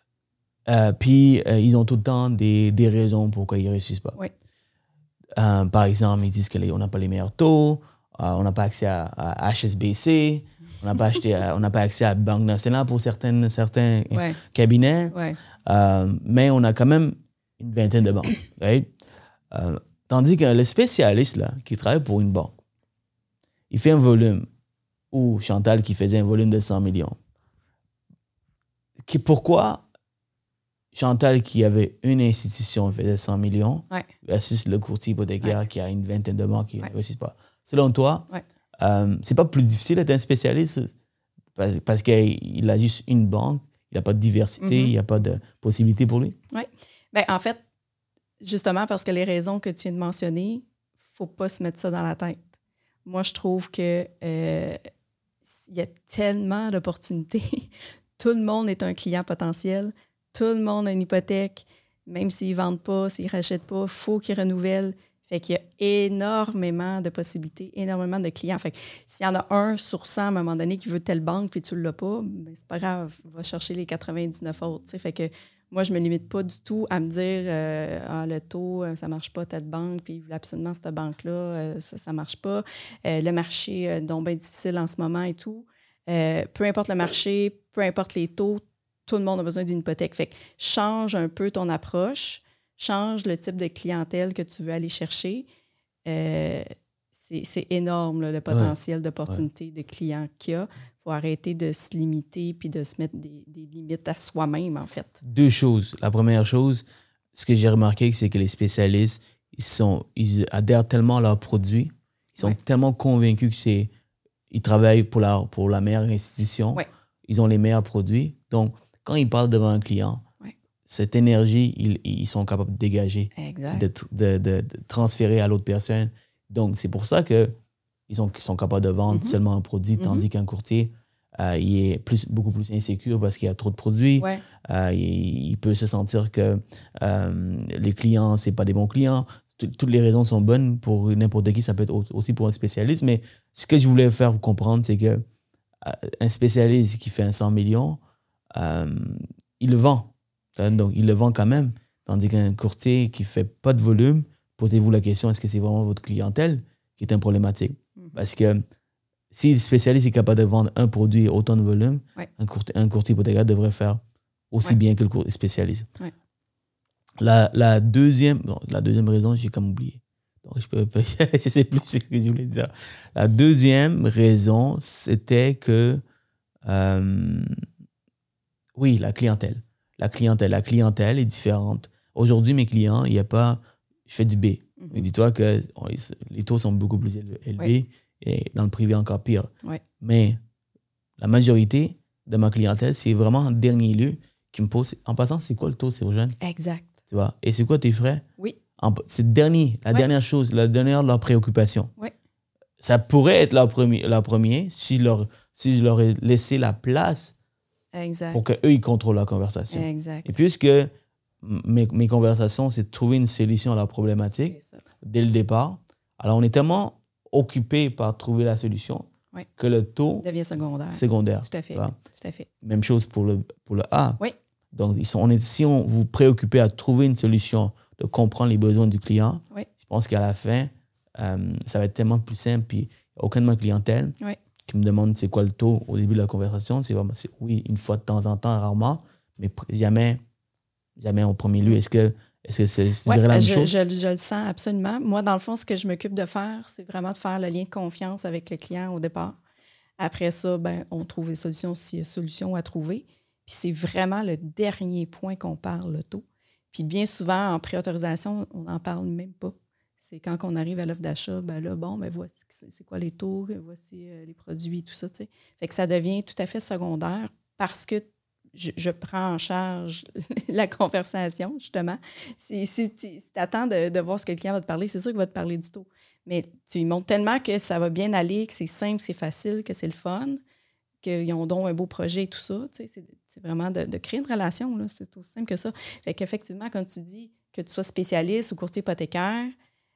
Puis, ils ont tout le temps des raisons pourquoi ils ne réussissent pas. Oui. Par exemple, ils disent qu'on n'a pas les meilleurs taux, on n'a pas accès à HSBC, on n'a pas accès à Banque nationale pour certains cabinets, mais on a quand même une vingtaine de banques. Right? Tandis que le spécialiste là, qui travaille pour une banque, il fait un volume, ou Chantal qui faisait un volume de 100 millions. Pourquoi Chantal qui avait une institution faisait 100 millions versus le courtier hypothécaire qui a une vingtaine de banques qui ne réussissent pas? Selon toi, c'est pas plus difficile d'être un spécialiste parce qu'il a juste une banque, il n'a pas de diversité, il n'y a pas de possibilité pour lui? Oui. Bien, en fait, justement parce que les raisons que tu viens de mentionner, il ne faut pas se mettre ça dans la tête. Moi, je trouve que y a tellement d'opportunités. Tout le monde est un client potentiel. Tout le monde a une hypothèque. Même s'ils ne vendent pas, s'ils ne rachètent pas, il faut qu'ils renouvellent. Fait qu'il y a énormément de possibilités, énormément de clients. Fait que s'il y en a 1 sur 100 à un moment donné qui veut telle banque puis tu ne l'as pas, ben c'est pas grave, va chercher les 99 autres. T'sais. Fait que moi, je ne me limite pas du tout à me dire le taux, ça ne marche pas, telle banque, puis absolument cette banque-là, ça ne marche pas. Le marché est donc bien difficile en ce moment et tout. Peu importe le marché, peu importe les taux, tout le monde a besoin d'une hypothèque. Fait que change un peu ton approche. Change le type de clientèle que tu veux aller chercher. C'est énorme, là, le potentiel d'opportunité de clients qu'il y a. Il faut arrêter de se limiter puis de se mettre des limites à soi-même, en fait. 2 choses. La première chose, ce que j'ai remarqué, c'est que les spécialistes, ils adhèrent tellement à leurs produits, ils sont tellement convaincus qu'ils travaillent pour la meilleure institution, ils ont les meilleurs produits. Donc, quand ils parlent devant un client, cette énergie, ils sont capables de dégager, de transférer à l'autre personne. Donc, c'est pour ça qu'ils sont capables de vendre seulement un produit, tandis qu'un courtier, il est beaucoup plus insécure parce qu'il y a trop de produits. Il peut se sentir que les clients, ce n'est pas des bons clients. Toutes les raisons sont bonnes pour n'importe qui. Ça peut être aussi pour un spécialiste. Mais ce que je voulais faire vous comprendre, c'est qu'un spécialiste qui fait 100 millions, il le vend. Donc, il le vend quand même. Tandis qu'un courtier qui ne fait pas de volume, posez-vous la question, est-ce que c'est vraiment votre clientèle qui est une problématique? Parce que si le spécialiste est capable de vendre un produit autant de volume, un courtier hypothécaire devrait faire aussi bien que le spécialiste. Ouais. La deuxième raison, j'ai comme oublié. Donc, je ne sais plus ce que je voulais dire. La deuxième raison, c'était que, oui, la clientèle. La clientèle est différente. Aujourd'hui, mes clients, il n'y a pas, je fais du B. Mais dis-toi que les taux sont beaucoup plus élevés et dans le privé encore pire. Ouais. Mais la majorité de ma clientèle, c'est vraiment en dernier lieu qui me pose, en passant, c'est quoi le taux de ces jeunes? Exact. Tu vois? Et c'est quoi tes frais? Oui. C'est dernière chose, la dernière de leur préoccupation. Oui. Ça pourrait être leur premier si je leur ai laissé la place pour qu'eux, ils contrôlent la conversation. Exact. Et puisque mes conversations, c'est de trouver une solution à la problématique dès le départ, alors on est tellement occupé par trouver la solution que le taux devient secondaire. Tout à fait. Tout à fait. Même chose pour le A. Oui. Donc, si on vous préoccupez à trouver une solution, de comprendre les besoins du client, je pense qu'à la fin, ça va être tellement plus simple. Puis, aucun de ma clientèle qui me demande c'est quoi le taux au début de la conversation. C'est oui, une fois de temps en temps, rarement, mais jamais au premier lieu. Est-ce que c'est la même chose? Je le sens absolument. Moi, dans le fond, ce que je m'occupe de faire, c'est vraiment de faire le lien de confiance avec le client au départ. Après ça, on trouve des solutions s'il y a solution à trouver. Puis c'est vraiment le dernier point qu'on parle, le taux. Puis bien souvent, en préautorisation, on n'en parle même pas. C'est quand on arrive à l'offre d'achat, voici c'est quoi les taux, voici les produits, tout ça. T'sais. Fait que ça devient tout à fait secondaire parce que je prends en charge la conversation, justement. Si tu attends de voir ce que le client va te parler, c'est sûr qu'il va te parler du taux. Mais tu lui montres tellement que ça va bien aller, que c'est simple, c'est facile, que c'est le fun, qu'ils ont donc un beau projet et tout ça. C'est vraiment de créer une relation, là. C'est aussi simple que ça. Fait qu'effectivement, quand tu dis que tu sois spécialiste ou courtier hypothécaire,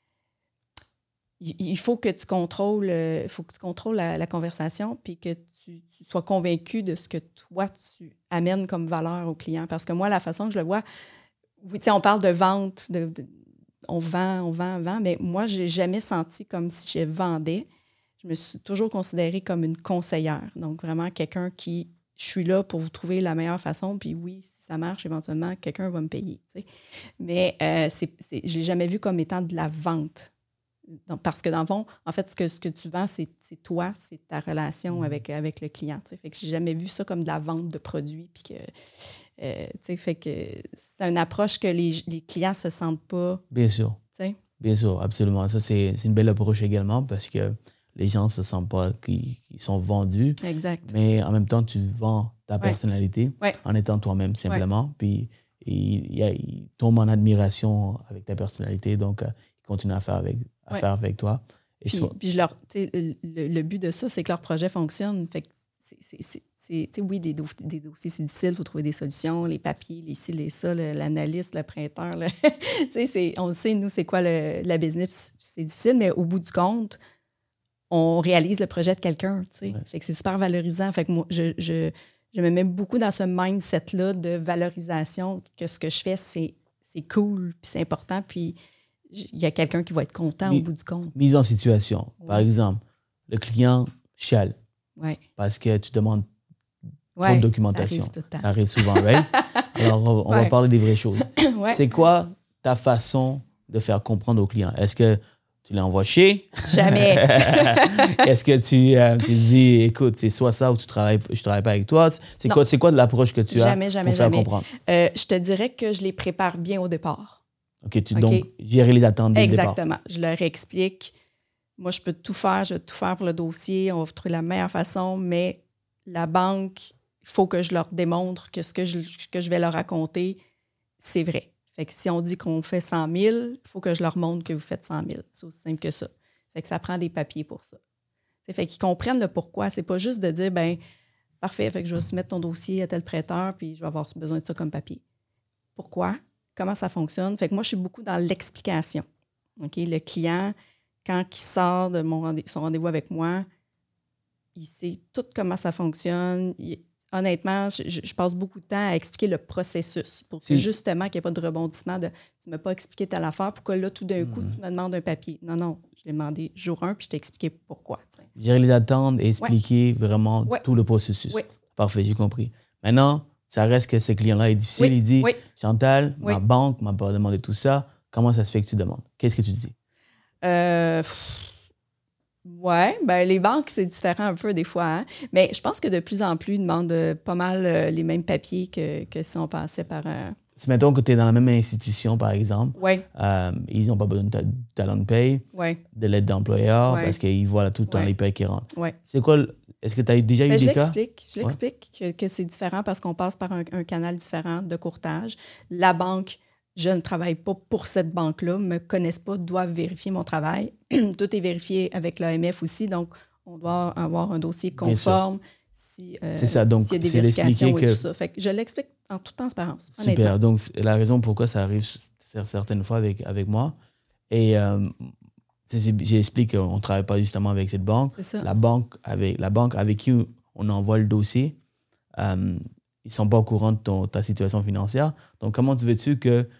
il faut que tu contrôles, la conversation puis que tu sois convaincu de ce que toi, tu amènes comme valeur au client. Parce que moi, la façon que je le vois, oui, on parle de vente, on vend, mais moi, je n'ai jamais senti comme si je vendais. Je me suis toujours considérée comme une conseillère. Donc, vraiment, quelqu'un qui... Je suis là pour vous trouver la meilleure façon, puis oui, si ça marche, éventuellement, quelqu'un va me payer. T'sais. Mais je ne l'ai jamais vu comme étant de la vente. Donc, parce que dans le fond, en fait, ce que tu vends, c'est toi, c'est ta relation avec le client. T'sais. Fait que je n'ai jamais vu ça comme de la vente de produits. Puis que, fait que c'est une approche que les clients ne se sentent pas. Bien sûr. T'sais. Bien sûr, absolument. Ça, c'est une belle approche également parce que les gens ne se sentent pas qu'ils sont vendus. Exact. Mais en même temps, tu vends ta personnalité en étant toi-même simplement. Ouais. Puis il tombe en admiration avec ta personnalité. Donc, il continue à faire avec toi. Et puis le but de ça, c'est que leur projet fonctionne. Fait que oui, des dossiers, c'est difficile. Il faut trouver des solutions, les papiers, les ci, les ça, l'analyste, le prêteur. On le sait, nous, c'est quoi la business. C'est difficile, mais au bout du compte, on réalise le projet de quelqu'un. Ouais. Fait que c'est super valorisant. Fait que moi, je me mets beaucoup dans ce mindset-là de valorisation, que ce que je fais, c'est cool, puis c'est important, puis il y a quelqu'un qui va être content au bout du compte. Mise en situation. Ouais. Par exemple, le client chiale parce que tu demandes trop de documentation. Ça arrive souvent, right? Alors, on va parler des vraies choses. C'est quoi ta façon de faire comprendre au client? Est-ce que tu l'envoies chier? Jamais. Est-ce que tu dis, écoute, c'est soit ça ou je travaille pas avec toi? C'est quoi de l'approche que tu as pour faire comprendre? Je te dirais que je les prépare bien au départ. OK, donc gérer les attentes dès le départ. Exactement. Je leur explique, moi, je peux tout faire, je vais tout faire pour le dossier, on va trouver la meilleure façon, mais la banque, il faut que je leur démontre que ce que je vais leur raconter, c'est vrai. Fait que si on dit qu'on fait 100 000, il faut que je leur montre que vous faites 100 000. C'est aussi simple que ça. Fait que ça prend des papiers pour ça. Fait qu'ils comprennent le pourquoi. C'est pas juste de dire, parfait, fait que je vais soumettre ton dossier à tel prêteur, puis je vais avoir besoin de ça comme papier. Pourquoi? Comment ça fonctionne? Fait que moi, je suis beaucoup dans l'explication. Okay? Le client, quand il sort de son rendez-vous avec moi, il sait tout comment ça fonctionne. honnêtement, je passe beaucoup de temps à expliquer le processus pour que justement qu'il n'y ait pas de rebondissement de tu ne m'as pas expliqué telle affaire, pourquoi là, tout d'un coup, tu me demandes un papier. Non, je l'ai demandé jour 1 puis je t'ai expliqué pourquoi. T'sais. Gérer les attentes et expliquer vraiment tout le processus. Oui. Parfait, j'ai compris. Maintenant, ça reste que ce client-là est difficile. Il dit Chantal, ma banque m'a pas demandé tout ça. Comment ça se fait que tu demandes? Qu'est-ce que tu dis? Oui, ben les banques, c'est différent un peu des fois. Hein? Mais je pense que de plus en plus, ils demandent pas mal les mêmes papiers que si on passait par... Si mettons que tu es dans la même institution, par exemple, ils n'ont pas besoin de talon de paye, de l'aide d'employeur, parce qu'ils voient tout le temps les payes qui rentrent. C'est quoi... Est-ce que tu as déjà eu des cas? Je l'explique que c'est différent parce qu'on passe par un canal différent de courtage. La banque... Je ne travaille pas pour cette banque-là, ne me connaissent pas, doivent vérifier mon travail. Tout est vérifié avec l'AMF aussi, donc on doit avoir un dossier conforme c'est ça, donc s'il y a des c'est vérifications d'expliquer et tout ça. Fait que je l'explique en toute transparence. Super, donc la raison pourquoi ça arrive certaines fois avec moi, et j'explique qu'on ne travaille pas justement avec cette banque. C'est ça. La banque avec qui on envoie le dossier, ils ne sont pas au courant de ta situation financière. Donc, comment veux-tu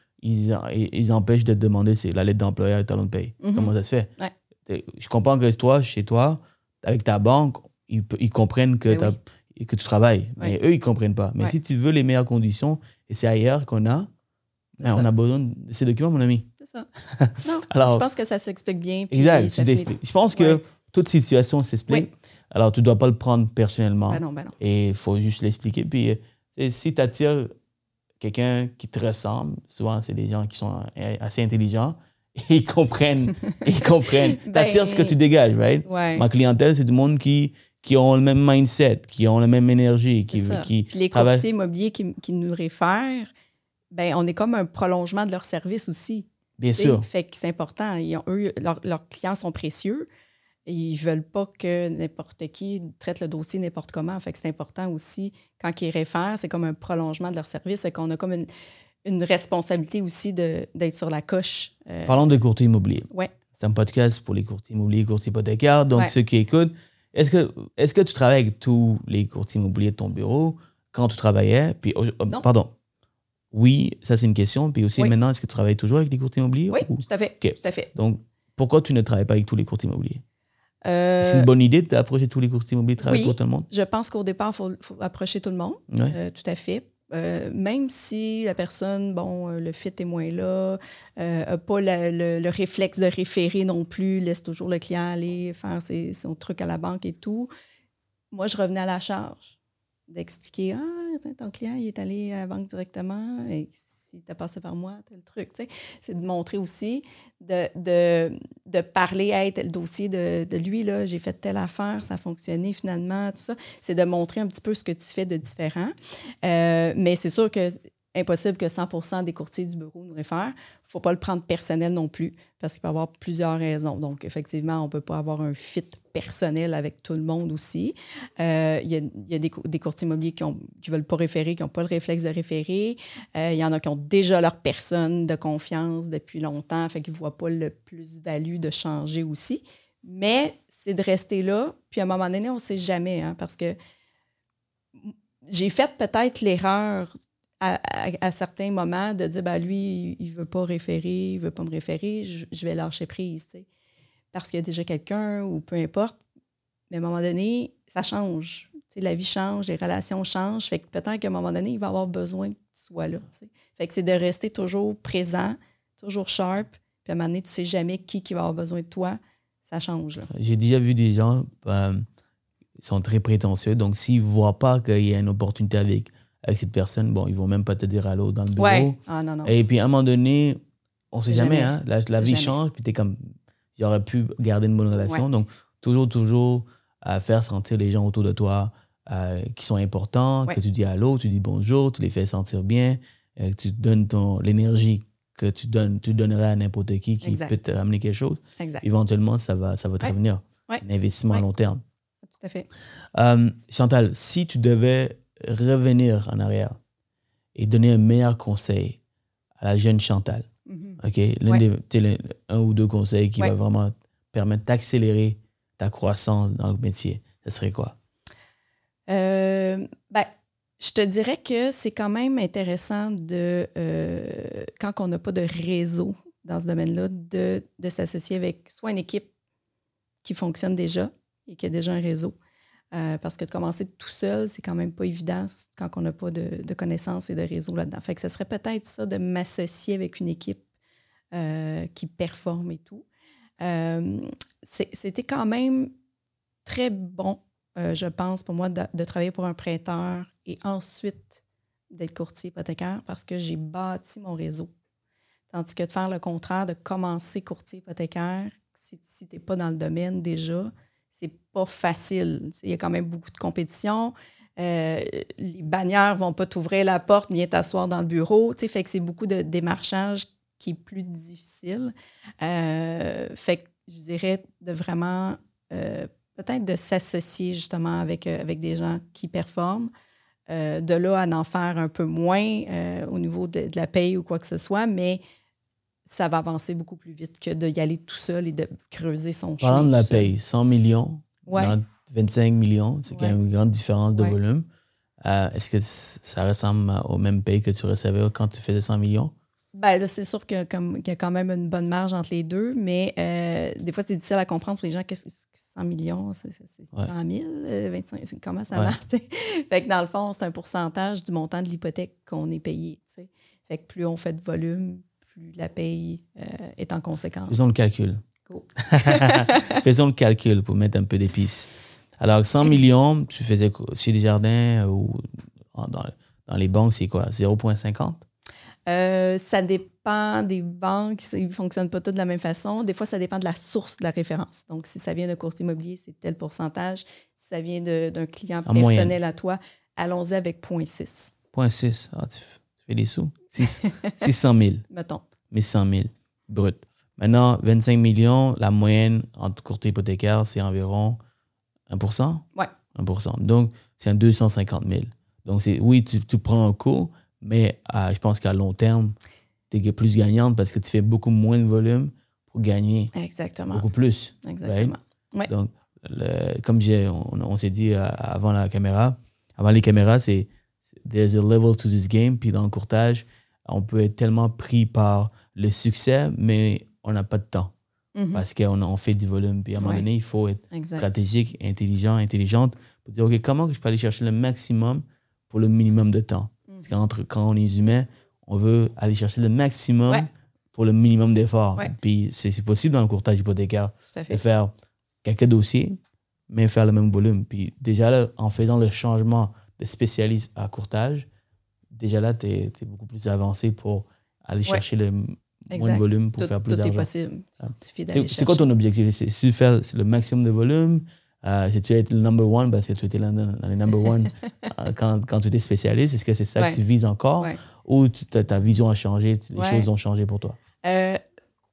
qu'ils empêchent de te demander la lettre d'employeur et le talon de paye? Comment ça se fait? Je comprends que toi, chez toi, avec ta banque, ils comprennent que tu travailles. Mais eux, ils ne comprennent pas. Mais si tu veux les meilleures conditions, et c'est ailleurs qu'on a, on a besoin de ces documents, mon ami. C'est ça. Non, alors, je pense que ça s'explique bien. Puis exact, tu t'expliques. Je pense que toute situation s'explique. Alors, tu ne dois pas le prendre personnellement. Ben non. Et il faut juste l'expliquer. Puis, si tu attires quelqu'un qui te ressemble, souvent, c'est des gens qui sont assez intelligents, et ils comprennent. Tu attires ce que tu dégages, right? Ma clientèle, c'est du monde qui ont le même mindset, qui ont la même énergie. Puis les courtiers immobiliers qui nous réfèrent, ben, on est comme un prolongement de leur service aussi. Bien sûr. Fait que c'est important. Leurs clients sont précieux. Et ils ne veulent pas que n'importe qui traite le dossier n'importe comment. Fait que c'est important aussi, quand ils réfèrent, c'est comme un prolongement de leur service. C'est qu'on a comme une responsabilité aussi d'être sur la coche. Parlons de courtier immobilier. Oui. C'est un podcast pour les courtiers immobiliers, courtiers hypothécaires. Donc, ceux qui écoutent, est-ce que tu travailles avec tous les courtiers immobiliers de ton bureau quand tu travaillais? Puis, non. Pardon. Oui, ça, c'est une question. Puis aussi, maintenant, est-ce que tu travailles toujours avec les courtiers immobiliers? Oui, tout à fait. Okay. Tout à fait. Donc, pourquoi tu ne travailles pas avec tous les courtiers immobiliers? C'est une bonne idée d'approcher tous les courtiers immobiliers, de travailler pour tout le monde? Je pense qu'au départ, il faut approcher tout le monde. Tout à fait. Même si la personne, le fit est moins là, n'a pas le réflexe de référer non plus, laisse toujours le client aller faire son truc à la banque et tout. Moi, je revenais à la charge d'expliquer « ton client, il est allé à la banque directement, et si tu as passé par moi, tel truc. » C'est de montrer aussi, de parler, tel dossier de lui, là, j'ai fait telle affaire, ça a fonctionné finalement, tout ça. C'est de montrer un petit peu ce que tu fais de différent. Mais c'est sûr que impossible que 100% des courtiers du bureau nous réfèrent. Il ne faut pas le prendre personnel non plus, parce qu'il peut y avoir plusieurs raisons. Donc, effectivement, on ne peut pas avoir un fit personnel avec tout le monde aussi. Il y a des courtiers immobiliers qui ne veulent pas référer, qui n'ont pas le réflexe de référer. Il y en a qui ont déjà leur personne de confiance depuis longtemps, fait qu'ils ne voient pas le plus-value de changer aussi. Mais c'est de rester là. Puis à un moment donné, on ne sait jamais, parce que j'ai fait peut-être l'erreur à certains moments de dire, lui, il ne veut pas référer, il ne veut pas me référer, je vais lâcher prise, parce qu'il y a déjà quelqu'un ou peu importe. Mais à un moment donné, ça change. La vie change, les relations changent. Fait que peut-être qu'à un moment donné, il va avoir besoin que tu sois là. Fait que c'est de rester toujours présent, toujours sharp. Puis à un moment donné, tu ne sais jamais qui va avoir besoin de toi. Ça change. Là. J'ai déjà vu des gens qui sont très prétentieux. Donc, s'ils ne voient pas qu'il y a une opportunité avec cette personne, ils ne vont même pas te dire allô dans le bureau. Ouais. Ah, non. Et puis, à un moment donné, on ne sait jamais. La vie change, puis tu es comme, j'aurais pu garder une bonne relation. Donc, toujours faire sentir les gens autour de toi qui sont importants, que tu dis allô, tu dis bonjour, tu les fais sentir bien, tu donnes l'énergie que tu donnerais à n'importe qui peut te ramener quelque chose. Exact. Éventuellement, ça va te revenir. Ouais. Un investissement à long terme. Tout à fait. Chantal, si tu devais revenir en arrière et donner un meilleur conseil à la jeune Chantal, un ou deux conseils qui va vraiment permettre d'accélérer ta croissance dans le métier, ce serait quoi? Je te dirais que c'est quand même intéressant quand on n'a pas de réseau dans ce domaine-là, de s'associer avec soit une équipe qui fonctionne déjà et qui a déjà un réseau. Parce que de commencer tout seul, c'est quand même pas évident quand on n'a pas de connaissances et de réseau là-dedans. Fait que ce serait peut-être ça de m'associer avec une équipe qui performe et tout. C'était quand même très bon, je pense, pour moi, de travailler pour un prêteur et ensuite d'être courtier hypothécaire parce que j'ai bâti mon réseau. Tandis que de faire le contraire, de commencer courtier hypothécaire, si tu n'es pas dans le domaine déjà, c'est pas facile. Il y a quand même beaucoup de compétition. Les bannières vont pas t'ouvrir la porte, viens t'asseoir dans le bureau. Fait que c'est beaucoup de démarchage qui est plus difficile. Fait que je dirais de vraiment peut-être de s'associer justement avec des gens qui performent. De là à en faire un peu moins au niveau de la paye ou quoi que ce soit, mais ça va avancer beaucoup plus vite que d'y aller tout seul et de creuser son chemin. Parlant de la paye, 100 millions, 25 millions, c'est quand même une grande différence de volume. Est-ce que ça ressemble aux mêmes payes que tu recevais quand tu faisais 100 millions? Bien, là, c'est sûr qu'il y a quand même une bonne marge entre les deux, mais des fois, c'est difficile à comprendre pour les gens. Qu'est-ce que 100 millions? C'est 100 000? 25? Comment ça marche? Fait que dans le fond, c'est un pourcentage du montant de l'hypothèque qu'on est payé. T'sais. Fait que plus on fait de volume, plus la paye est en conséquence. Faisons le calcul. Cool. Faisons le calcul pour mettre un peu d'épices. Alors, 100 millions, tu faisais chez Desjardins ou dans les banques, c'est quoi? 0,50? Ça dépend des banques. Ils ne fonctionnent pas toutes de la même façon. Des fois, ça dépend de la source de la référence. Donc, si ça vient d'un courtier immobilier, c'est tel pourcentage. Si ça vient d'un client personnel moyenne à toi, allons-y avec 0,6. 0,6. Ah, tu fais des sous. 600 000. Mettons. Mais 100 000 brut. Maintenant, 25 millions, la moyenne entre courtier hypothécaire, c'est environ 1%? Oui. 1%. Donc, c'est un 250 000. Donc, oui, tu prends un coup, mais je pense qu'à long terme, tu es plus gagnante parce que tu fais beaucoup moins de volume pour gagner. Exactement. Beaucoup plus. Exactement. Right? Ouais. Donc, comme on s'est dit avant les caméras, c'est there's a level to this game. Puis dans le courtage, on peut être tellement pris par le succès, mais on n'a pas de temps. Mm-hmm. Parce qu'on fait du volume. Puis à un moment donné, il faut être stratégique, intelligente pour dire, OK, comment je peux aller chercher le maximum pour le minimum de temps? Parce que quand on est humain, on veut aller chercher le maximum pour le minimum d'efforts. Ouais. Puis c'est possible dans le courtage hypothécaire de faire quelques dossiers, mais faire le même volume. Puis déjà là, en faisant le changement de spécialiste à courtage, déjà là, tu es beaucoup plus avancé pour aller chercher le moins de volume pour faire plus d'argent. Tout est possible. C'est quoi ton objectif? C'est de faire le maximum de volume? C'est-tu être le number one parce que tu étais dans les number one quand tu étais spécialiste? Est-ce que c'est ça que tu vises encore? Ou ta vision a changé, les choses ont changé pour toi? C'est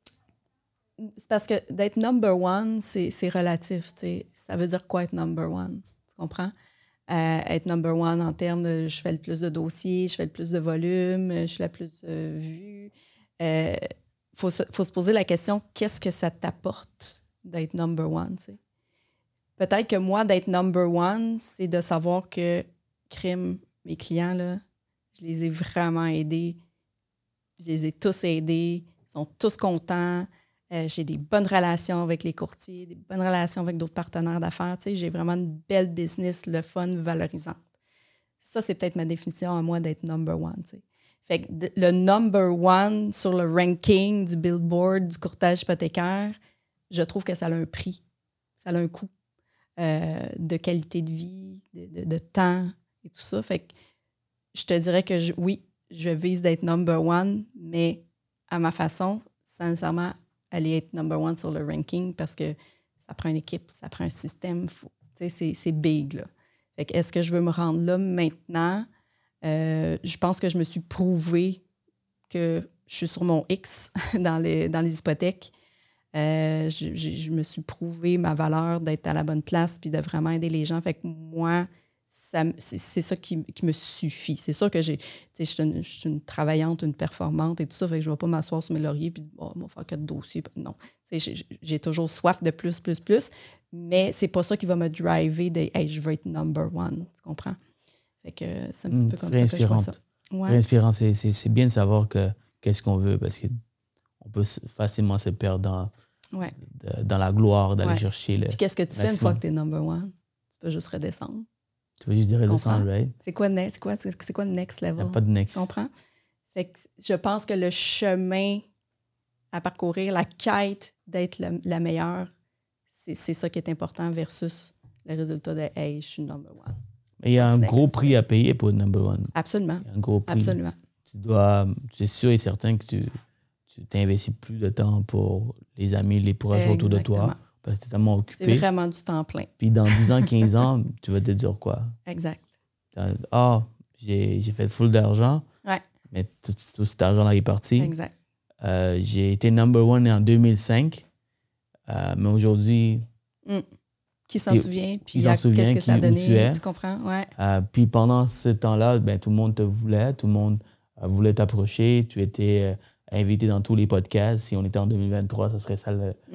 parce que d'être number one, c'est relatif. T'sais. Ça veut dire quoi être number one? Tu comprends? Être number one en termes de je fais le plus de dossiers, je fais le plus de volume, je suis la plus vue. Faut se poser la question, qu'est-ce que ça t'apporte d'être number one? T'sais? Peut-être que moi, d'être number one, c'est de savoir que mes clients, là, je les ai vraiment aidés. Je les ai tous aidés. Ils sont tous contents. J'ai des bonnes relations avec les courtiers, des bonnes relations avec d'autres partenaires d'affaires. Tu sais, j'ai vraiment une belle business, le fun, valorisante. Ça, c'est peut-être ma définition à moi d'être number one. Tu sais. Fait que le number one sur le ranking du Billboard, du courtage hypothécaire, je trouve que ça a un prix. Ça a un coût. De qualité de vie, de temps et tout ça. Fait que je te dirais que je vise d'être number one, mais à ma façon, sans nécessairement aller être number one sur le ranking parce que ça prend une équipe, ça prend un système. C'est big, là. Fait que est-ce que je veux me rendre là maintenant? Je pense que je me suis prouvé que je suis sur mon X dans les hypothèques. Je me suis prouvé ma valeur d'être à la bonne place puis de vraiment aider les gens. Fait que moi, c'est ça qui me suffit. C'est sûr que je suis une travaillante, une performante et tout ça. Fait que je ne vais pas m'asseoir sur mes lauriers puis on va faire 4 dossiers. Non. J'ai toujours soif de plus, mais c'est pas ça qui va me driver de hey, je veux être number one. Tu comprends? Fait que c'est un petit peu comme ça que je vois ça. Très inspirant. C'est bien de savoir qu'est-ce qu'on veut parce qu'on peut facilement se perdre dans la gloire, d'aller chercher le. Puis qu'est-ce que tu fais une fois que tu es number one? Tu peux juste redescendre. Tu peux juste redescendre, right? C'est quoi le next level? Il n'y a pas de next. Tu comprends? Fait que je pense que le chemin à parcourir, la quête d'être la meilleure, c'est ça qui est important versus le résultat de « Hey, je suis number one ». Mais il y a un gros prix à payer pour être number one. Absolument. Il y a un gros prix. Absolument. Tu es sûr et certain que tu t'investis plus de temps pour les amis, les proches autour de toi. Parce que tu es tellement occupé. C'est vraiment du temps plein. Puis dans 10 ans, 15 ans, tu vas te dire quoi? Exact. J'ai fait full d'argent, mais tout cet argent-là est parti. Exact. J'ai été number one en 2005, mais aujourd'hui... Qui s'en souvient, puis qu'est-ce que ça a donné, tu comprends? Puis pendant ce temps-là, tout le monde te voulait, tout le monde voulait t'approcher, tu étais invité dans tous les podcasts. Si on était en 2023, ça serait ça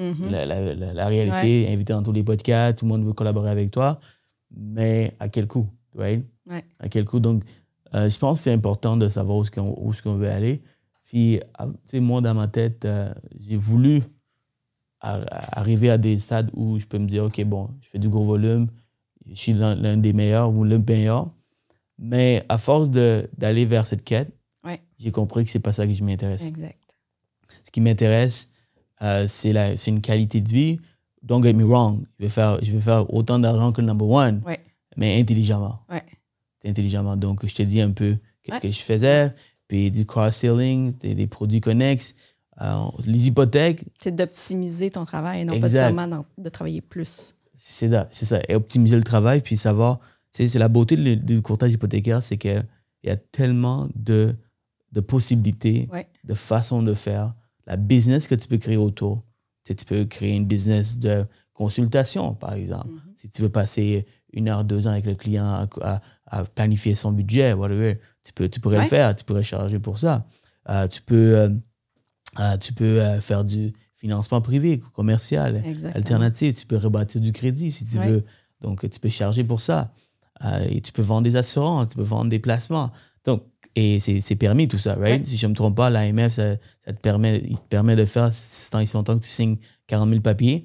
la réalité, invité dans tous les podcasts, tout le monde veut collaborer avec toi, mais à quel coût, right? À quel coût? Donc, je pense que c'est important de savoir où est-ce qu'on veut aller. Puis, tu sais, moi, dans ma tête, j'ai voulu arriver à des stades où je peux me dire, OK, bon, je fais du gros volume, je suis l'un des meilleurs ou le meilleur. Mais à force d'aller vers cette quête, j'ai compris que c'est pas ça que je m'intéresse. Exact. Ce qui m'intéresse, c'est une qualité de vie. Don't get me wrong, je vais faire autant d'argent que le number one, mais intelligemment. Intelligemment. Donc, je te dis un peu qu'est-ce que je faisais, puis du cross-selling, des produits connexes, les hypothèques. C'est d'optimiser ton travail et non pas seulement de travailler plus. C'est ça. Et optimiser le travail, puis savoir... C'est la beauté du courtage hypothécaire, c'est qu'il y a tellement de possibilités, de façons de faire. La business que tu peux créer autour. Tu peux créer une business de consultation, par exemple. Si tu veux passer 1 heure, 2 ans avec le client à planifier son budget, whatever, tu pourrais le faire. Tu pourrais charger pour ça. Tu peux faire du financement privé, commercial, alternatif. Tu peux rebâtir du crédit si tu veux. Donc, tu peux charger pour ça. Et tu peux vendre des assurances, tu peux vendre des placements. Donc, et c'est permis tout ça, right? Si je ne me trompe pas, l'AMF, il te permet de faire tant et si longtemps que tu signes 40 000 papiers.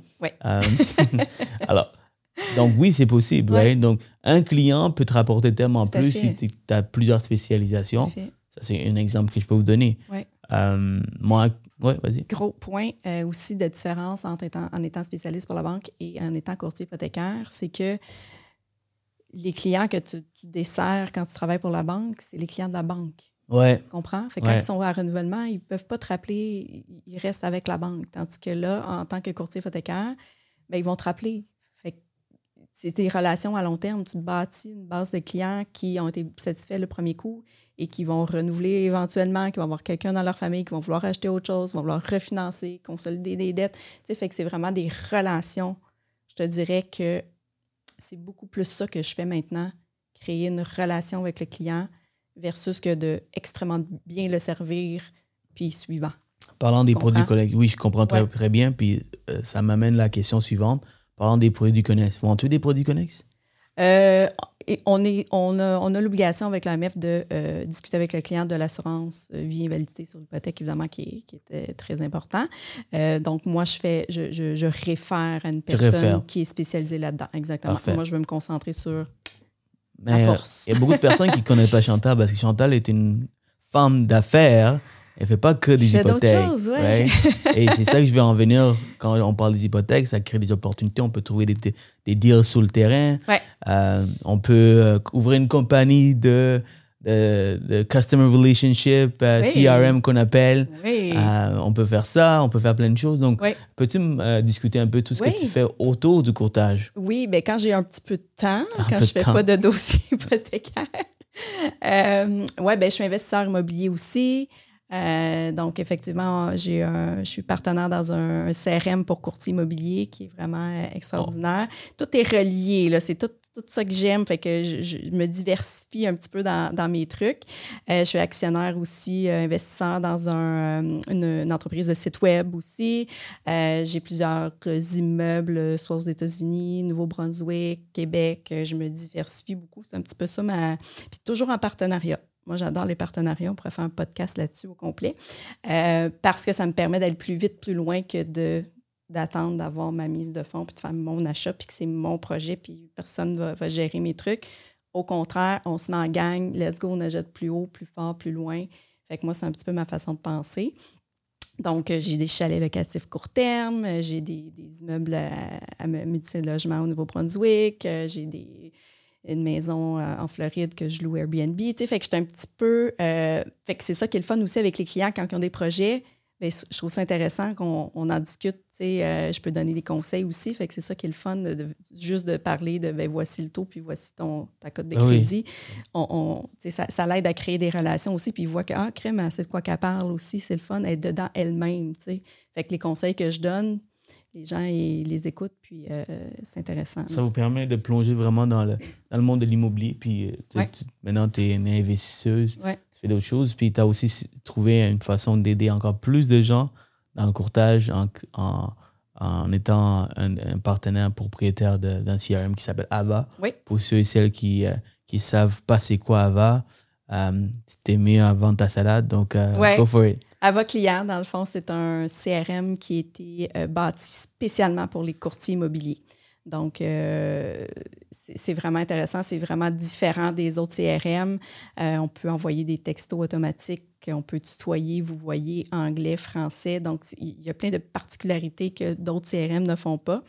Alors, donc oui, c'est possible, right? Donc, un client peut te rapporter tellement plus si tu as plusieurs spécialisations. Ça, c'est un exemple que je peux vous donner. Moi, vas-y. Gros point aussi de différence en étant spécialiste pour la banque et en étant courtier hypothécaire, c'est que les clients que tu desserres quand tu travailles pour la banque, c'est les clients de la banque. Tu comprends? Fait que quand ils sont à renouvellement, ils ne peuvent pas te rappeler, ils restent avec la banque. Tandis que là, en tant que courtier hypothécaire, ils vont te rappeler. Fait que c'est des relations à long terme. Tu te bâtis une base de clients qui ont été satisfaits le premier coup et qui vont renouveler éventuellement, qui vont avoir quelqu'un dans leur famille, qui vont vouloir acheter autre chose, vont vouloir refinancer, consolider des dettes. Fait que c'est vraiment des relations. Je te dirais que c'est beaucoup plus ça que je fais maintenant, créer une relation avec le client versus que de extrêmement bien le servir, puis suivant. Parlant des produits connexes, oui, je comprends très bien, puis ça m'amène à la question suivante. Parlant des produits connexes, vends-tu des produits connexes? On a l'obligation avec l'AMF de discuter avec le client de l'assurance vie invalidité sur l'hypothèque, évidemment, qui était très important. Donc, moi, je réfère à une personne qui est spécialisée là-dedans. Exactement. Parfait. Moi, je veux me concentrer sur la force. Il y a beaucoup de personnes qui ne connaissent pas Chantal parce que Chantal est une femme d'affaires. Elle ne fait pas que des hypothèques. Je fais d'autres choses, Et c'est ça que je veux en venir. Quand on parle des hypothèques, ça crée des opportunités. On peut trouver des deals sur le terrain. On peut ouvrir une compagnie de customer relationship, CRM qu'on appelle. On peut faire ça, on peut faire plein de choses. Donc, peux-tu me discuter un peu tout ce que tu fais autour du courtage? Oui, bien, quand j'ai un petit peu de temps, quand je ne fais pas de dossier hypothécaire. Je suis investisseur immobilier aussi. Donc, effectivement, je suis partenaire dans un CRM pour courtier immobilier qui est vraiment extraordinaire. Tout est relié, là. C'est tout tout ça que j'aime. Fait que je me diversifie un petit peu dans mes trucs. Je suis actionnaire aussi, investisseur dans une entreprise de site web aussi. J'ai plusieurs immeubles, soit aux États-Unis, Nouveau-Brunswick, Québec. Je me diversifie beaucoup. C'est un petit peu ça. Puis toujours en partenariat. Moi, j'adore les partenariats. On pourrait faire un podcast là-dessus au complet. Parce que ça me permet d'aller plus vite, plus loin que d'attendre d'avoir ma mise de fonds puis de faire mon achat puis que c'est mon projet puis personne va gérer mes trucs. Au contraire, on se met en gang, let's go, on achète plus haut, plus fort, plus loin. Fait que moi, c'est un petit peu ma façon de penser. Donc, j'ai des chalets locatifs court terme, j'ai des immeubles à multi-logement au Nouveau-Brunswick, j'ai une maison en Floride que je loue Airbnb. Fait que j'étais un petit peu... fait que c'est ça qui est le fun aussi avec les clients quand ils ont des projets. Bien, je trouve ça intéressant qu'on en discute. Je peux donner des conseils aussi. Fait que c'est ça qui est le fun, juste de parler de voici le taux, puis voici ta cote de crédit. Oui. Ça l'aide à créer des relations aussi. Puis ils voient que, crème, c'est de quoi qu'elle parle aussi. C'est le fun d'être dedans elle-même. T'sais. Fait que les conseils que je donne, les gens ils les écoutent, puis c'est intéressant. Ça vous permet de plonger vraiment dans le monde de l'immobilier. Puis maintenant, tu es une investisseuse. Ouais. Tu fais d'autres choses, puis tu as aussi trouvé une façon d'aider encore plus de gens dans le courtage en étant un partenaire propriétaire d'un CRM qui s'appelle Ava. Oui. Pour ceux et celles qui savent pas c'est quoi Ava, c'était mieux avant ta salade, donc go for it. Ava Client, dans le fond, c'est un CRM qui a été bâti spécialement pour les courtiers immobiliers. Donc, c'est vraiment intéressant. C'est vraiment différent des autres CRM. On peut envoyer des textos automatiques. On peut tutoyer, vous voyez, anglais, français. Donc, il y a plein de particularités que d'autres CRM ne font pas.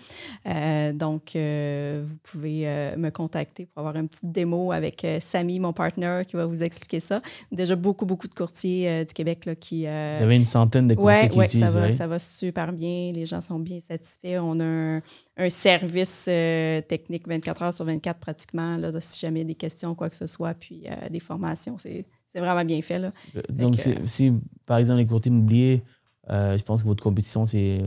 Donc, vous pouvez me contacter pour avoir une petite démo avec Samy, mon partenaire, qui va vous expliquer ça. Déjà, beaucoup de courtiers du Québec là, qui... Vous avez une centaine de courtiers qui utilisent, ça va super bien. Les gens sont bien satisfaits. On a un service technique 24 heures sur 24 pratiquement, là, si jamais il y a des questions, quoi que ce soit, puis des formations. C'est vraiment bien fait. Là. Donc, si, par exemple, les courtiers immobiliers, je pense que votre compétition, c'est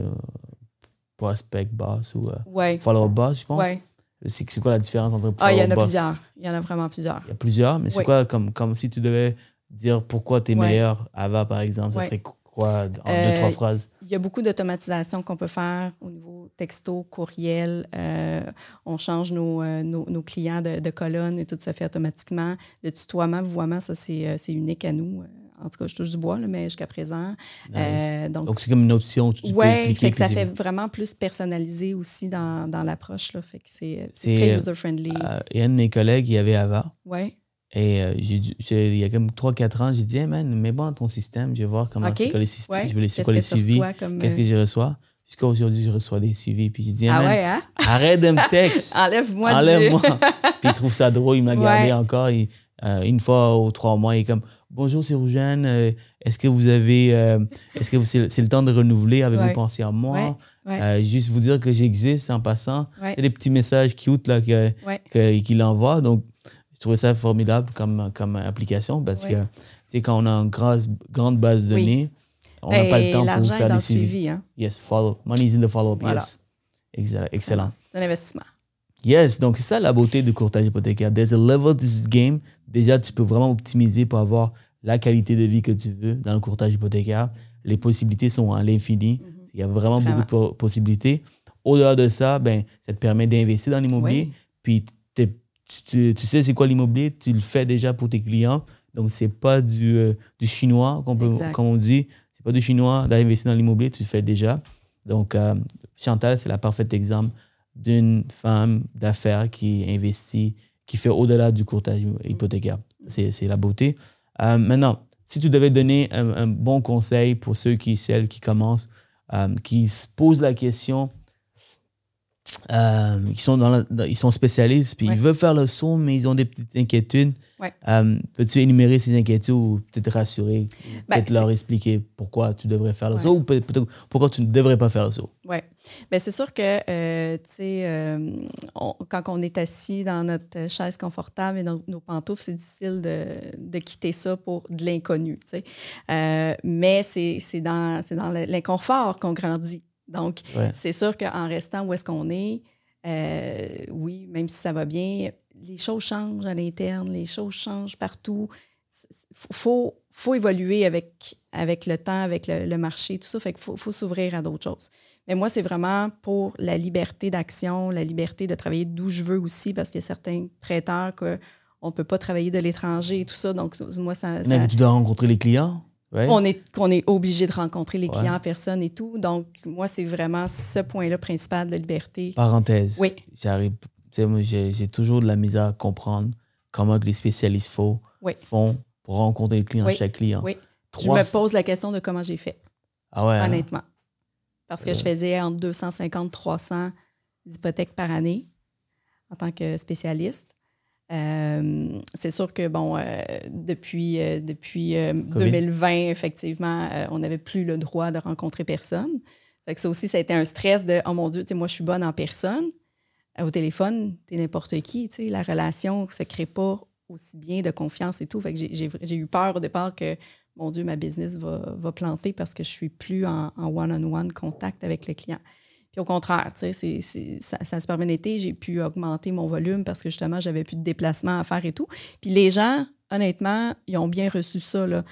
Prospect Boss ou Follow Up Boss, je pense. Ouais. C'est quoi la différence entre Follow Up Boss? Il y en a plusieurs. Il y en a vraiment plusieurs. Il y a plusieurs, mais c'est quoi, comme si tu devais dire pourquoi tu es meilleur Ava, par exemple, ça serait quoi en 2-3 phrases? Il y a beaucoup d'automatisation qu'on peut faire au niveau texto, courriel. On change nos clients de colonne et tout se fait automatiquement. Le tutoiement, vouvoiement, ça, c'est unique à nous. En tout cas, je touche du bois, là, mais jusqu'à présent. Nice. Donc, c'est comme une option. Tu peux cliquer, que ça fait vraiment plus personnalisé aussi dans l'approche. Là, fait que c'est très user-friendly. Il y a un de mes collègues, il y avait Ava. Oui. Et il y a comme 3-4 ans, j'ai dit, hey man, mets bon ton système, je vais voir comment c'est quoi les systèmes, je veux c'est quoi les suivis, qu'est-ce que je reçois. Jusqu'à aujourd'hui, je reçois des suivis. Puis je dis, arrête de me texte. Enlève-moi. Puis il trouve ça drôle, il m'a gardé encore. Une fois ou 3 mois, il est comme, bonjour, c'est Roujane, est-ce que c'est le temps de renouveler, avez-vous pensé à moi? Juste vous dire que j'existe en passant. Il y a des petits messages cute là, qu'il envoie. Donc, je trouvais ça formidable comme application parce que quand on a une grande base de données, on n'a pas le temps pour faire des suivis. Hein? Yes, follow. Money is in the follow-up. Voilà. Yes. Excellent. C'est un investissement. Yes, donc c'est ça la beauté du courtage hypothécaire. There's a level to this game. Déjà, tu peux vraiment optimiser pour avoir la qualité de vie que tu veux dans le courtage hypothécaire. Les possibilités sont à l'infini. Il y a vraiment beaucoup de possibilités. Au-delà de ça, ça te permet d'investir dans l'immobilier. Puis tu sais c'est quoi l'immobilier, tu le fais déjà pour tes clients. Donc, c'est pas du chinois, comme on dit. C'est pas du chinois d'investir dans l'immobilier, tu le fais déjà. Donc, Chantal, c'est la parfaite exemple d'une femme d'affaires qui investit, qui fait au-delà du courtage hypothécaire. C'est la beauté. Maintenant, si tu devais donner un bon conseil pour celles qui commencent, qui se posent la question, ils sont spécialistes, puis ils veulent faire le saut, mais ils ont des petites inquiétudes. Peux-tu énumérer ces inquiétudes ou peut-être rassurer, peut-être leur expliquer pourquoi tu devrais faire le saut ou peut-être pourquoi tu ne devrais pas faire le saut? Oui. Bien, c'est sûr que, quand on est assis dans notre chaise confortable et dans nos pantoufles, c'est difficile de quitter ça pour de l'inconnu. Mais c'est dans l'inconfort qu'on grandit. Donc, c'est sûr qu'en restant où est-ce qu'on est, Oui, même si ça va bien, les choses changent à l'interne, les choses changent partout. Faut évoluer avec le temps, avec le marché, tout ça. Fait qu'il faut s'ouvrir à d'autres choses. Mais moi, c'est vraiment pour la liberté d'action, la liberté de travailler d'où je veux aussi, parce qu'il y a certains prêteurs qu'on ne peut pas travailler de l'étranger et tout ça. Donc, moi, Mais tu dois rencontrer les clients? Ouais. On est obligé de rencontrer les clients en personne et tout. Donc, moi, c'est vraiment ce point-là principal de liberté. Parenthèse. Oui. J'arrive. Moi, j'ai toujours de la misère à comprendre comment que les spécialistes font pour rencontrer les clients, chaque client. Oui. Je me pose la question de comment j'ai fait. Ah ouais? Honnêtement. Parce que je faisais entre 250 et 300 hypothèques par année en tant que spécialiste. C'est sûr que, depuis 2020, effectivement, on n'avait plus le droit de rencontrer personne. Fait que ça aussi, ça a été un stress de « Oh mon Dieu, moi, je suis bonne en personne. » Au téléphone, t'es n'importe qui. La relation ne se crée pas aussi bien de confiance et tout. Fait que j'ai eu peur au départ que, mon Dieu, ma business va planter parce que je ne suis plus en one-on-one contact avec le client. Puis au contraire, ça a super bien été. J'ai pu augmenter mon volume parce que justement, j'avais plus de déplacements à faire et tout. Puis les gens, honnêtement, ils ont bien reçu ça. Là.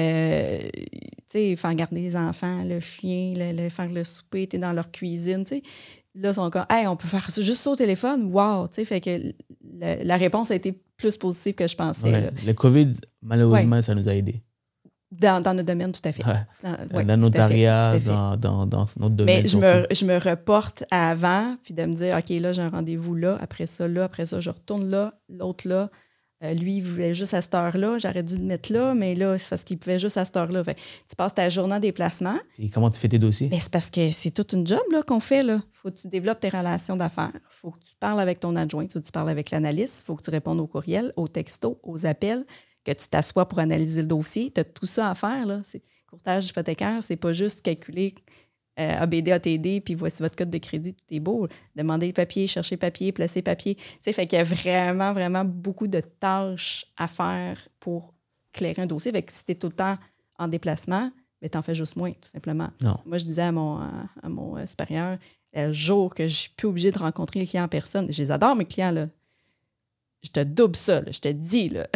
Faire garder les enfants, le chien, faire le souper, t'es dans leur cuisine. T'sais. Là, ils sont comme, hey, on peut faire ça juste ça au téléphone. Wow! Fait que la réponse a été plus positive que je pensais. Ouais. Le COVID, malheureusement, ça nous a aidés. Dans notre domaine, tout à fait. Dans le notariat, dans notre domaine. Mais je me reporte à avant, puis de me dire, OK, là, j'ai un rendez-vous là, après ça, je retourne là, l'autre là. Lui, il voulait juste à cette heure-là, j'aurais dû le mettre là, mais là, c'est parce qu'il pouvait juste à cette heure-là. Fait, tu passes ta journée en déplacement. Et comment tu fais tes dossiers? Ben, c'est parce que c'est toute une job là, qu'on fait. Il faut que tu développes tes relations d'affaires. Il faut que tu parles avec ton adjoint, tu parles avec l'analyste. Il faut que tu répondes aux courriels, aux textos, aux appels, que tu t'assoies pour analyser le dossier. Tu as tout ça à faire. Là. Courtage hypothécaire, c'est pas juste calculer ABD, ATD, puis voici votre code de crédit, tout est beau. Demander le papier, chercher papier, placer papier. Fait qu'il y a vraiment, vraiment beaucoup de tâches à faire pour clairer un dossier. Fait que si tu es tout le temps en déplacement, mais tu en fais juste moins, tout simplement. Non. Moi, je disais à mon supérieur, le jour que je suis plus obligée de rencontrer les clients en personne, je les adore, mes clients, là. Je te double ça, là, je te dis, là.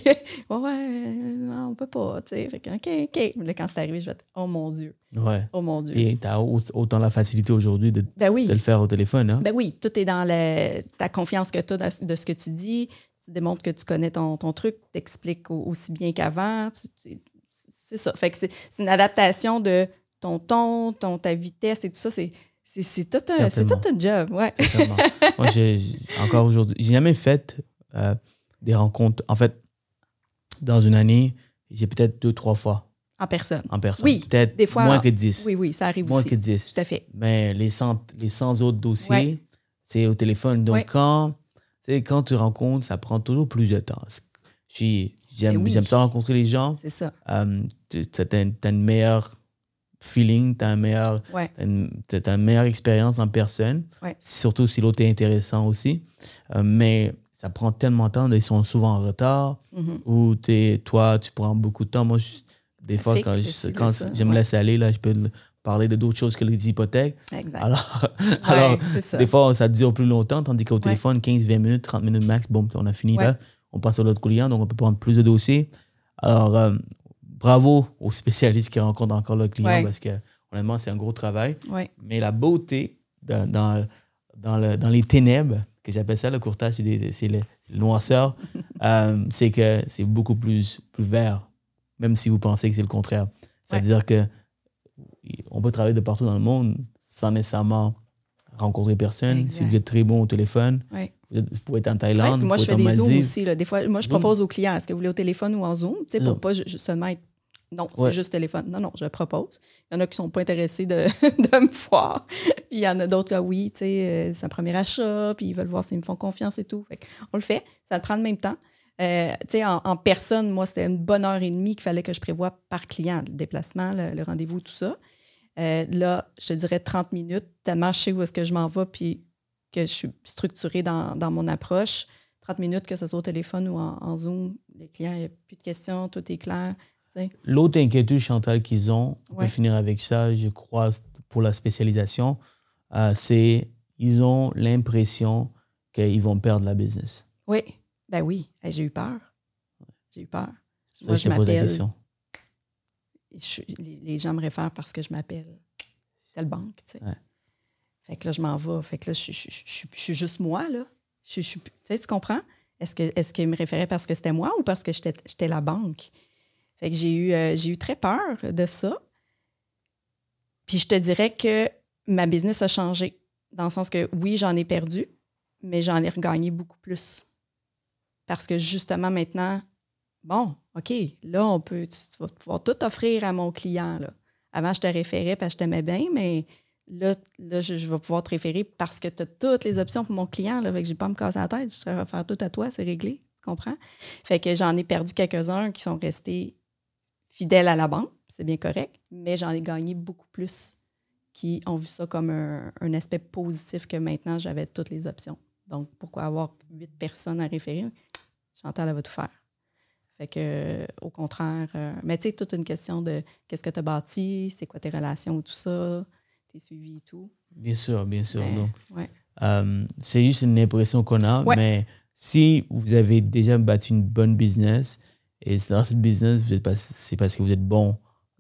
Non, on peut pas, tu sais. Fait que, OK. Mais là, quand c'est arrivé, je vais être, oh mon Dieu. Ouais. Oh mon Dieu. Et tu as autant la facilité aujourd'hui de le faire au téléphone, hein? Ben oui, tout est dans ta confiance que tu as de ce que tu dis. Tu démontres que tu connais ton truc, tu expliques aussi bien qu'avant. C'est ça. Fait que c'est une adaptation de ton ton, ta vitesse et tout ça. C'est tout un job, ouais. Moi, encore aujourd'hui, j'ai jamais fait des rencontres. En fait, dans une année, j'ai peut-être 2-3 fois. En personne. Oui, peut-être des fois, moins que 10. Oui, ça arrive moins aussi. Moins que 10. Tout à fait. Mais les 100 autres dossiers, c'est au téléphone. Donc, quand tu rencontres, ça prend toujours plus de temps. J'aime ça rencontrer les gens. C'est ça. Tu as une meilleure feeling, tu as une meilleure expérience en personne, surtout si l'autre est intéressant aussi. Mais ça prend tellement de temps, ils sont souvent en retard, ou toi, tu prends beaucoup de temps. Moi, des fois, quand je me laisse aller, là, je peux parler de d'autres choses que les hypothèques. Exact. Alors des fois, ça dure plus longtemps, tandis qu'au téléphone, 15-20 minutes, 30 minutes max, bon, on a fini là, on passe à l'autre client, donc on peut prendre plus de dossiers. Alors, bravo aux spécialistes qui rencontrent encore le client parce que, honnêtement, c'est un gros travail. Mais la beauté dans les ténèbres, que j'appelle ça le courtage, c'est le noirceur, c'est que c'est beaucoup plus vert, même si vous pensez que c'est le contraire. C'est-à-dire qu'on peut travailler de partout dans le monde sans nécessairement rencontrer personne. Exact. Si vous êtes très bon au téléphone, vous pouvez être en Thaïlande, moi, je fais des Zooms aussi. Là. Des fois, moi, je Zoom. Propose aux clients, est-ce que vous voulez au téléphone ou en Zoom? Pour pas seulement être... Non, c'est juste téléphone. Non, je propose. Il y en a qui ne sont pas intéressés de me voir. Puis il y en a d'autres là, oui, c'est un premier achat, puis ils veulent voir s'ils me font confiance et tout. Fait on le fait. Ça prend le même temps. En personne, moi, c'était une bonne heure et demie qu'il fallait que je prévoie par client, le déplacement, le rendez-vous, tout ça. Là, je te dirais 30 minutes, tellement je sais où est-ce que je m'en vais, puis que je suis structurée dans mon approche. 30 minutes, que ce soit au téléphone ou en Zoom, les clients, il n'y a plus de questions, tout est clair. T'sais. L'autre inquiétude, Chantal, qu'ils ont, on peut finir avec ça, je crois, pour la spécialisation, c'est ils ont l'impression qu'ils vont perdre la business. Oui, ben oui. Hey, j'ai eu peur. J'ai eu peur. Ça, je te pose la question. Les gens me réfèrent parce que je m'appelle telle banque, tu sais. Ouais. Fait que là, je m'en vais. Fait que là, je suis juste moi, là. Tu sais, tu comprends? Est-ce qu'ils me référaient parce que c'était moi ou parce que j'étais la banque? Fait que j'ai eu très peur de ça. Puis je te dirais que ma business a changé. Dans le sens que, oui, j'en ai perdu, mais j'en ai regagné beaucoup plus. Parce que justement, maintenant, bon, OK, là, tu vas pouvoir tout offrir à mon client, là. Avant, je te référais parce que je t'aimais bien, mais là je vais pouvoir te référer parce que tu as toutes les options pour mon client, là. Fait que j'ai pas à me casser la tête. Je vais faire tout à toi, c'est réglé. Tu comprends? Fait que j'en ai perdu quelques-uns qui sont restés fidèles à la banque, c'est bien correct, mais j'en ai gagné beaucoup plus qui ont vu ça comme un aspect positif que maintenant, j'avais toutes les options. Donc, pourquoi avoir 8 personnes à référer? Chantal, elle va tout faire. Fait que, au contraire, mais tu sais, toute une question de qu'est-ce que tu as bâti, c'est quoi tes relations, tout ça, tes suivis et tout. Bien sûr. Mais, donc, ouais. c'est juste une impression qu'on a, mais si vous avez déjà bâti une bonne business, et dans cette business, c'est parce que vous êtes bon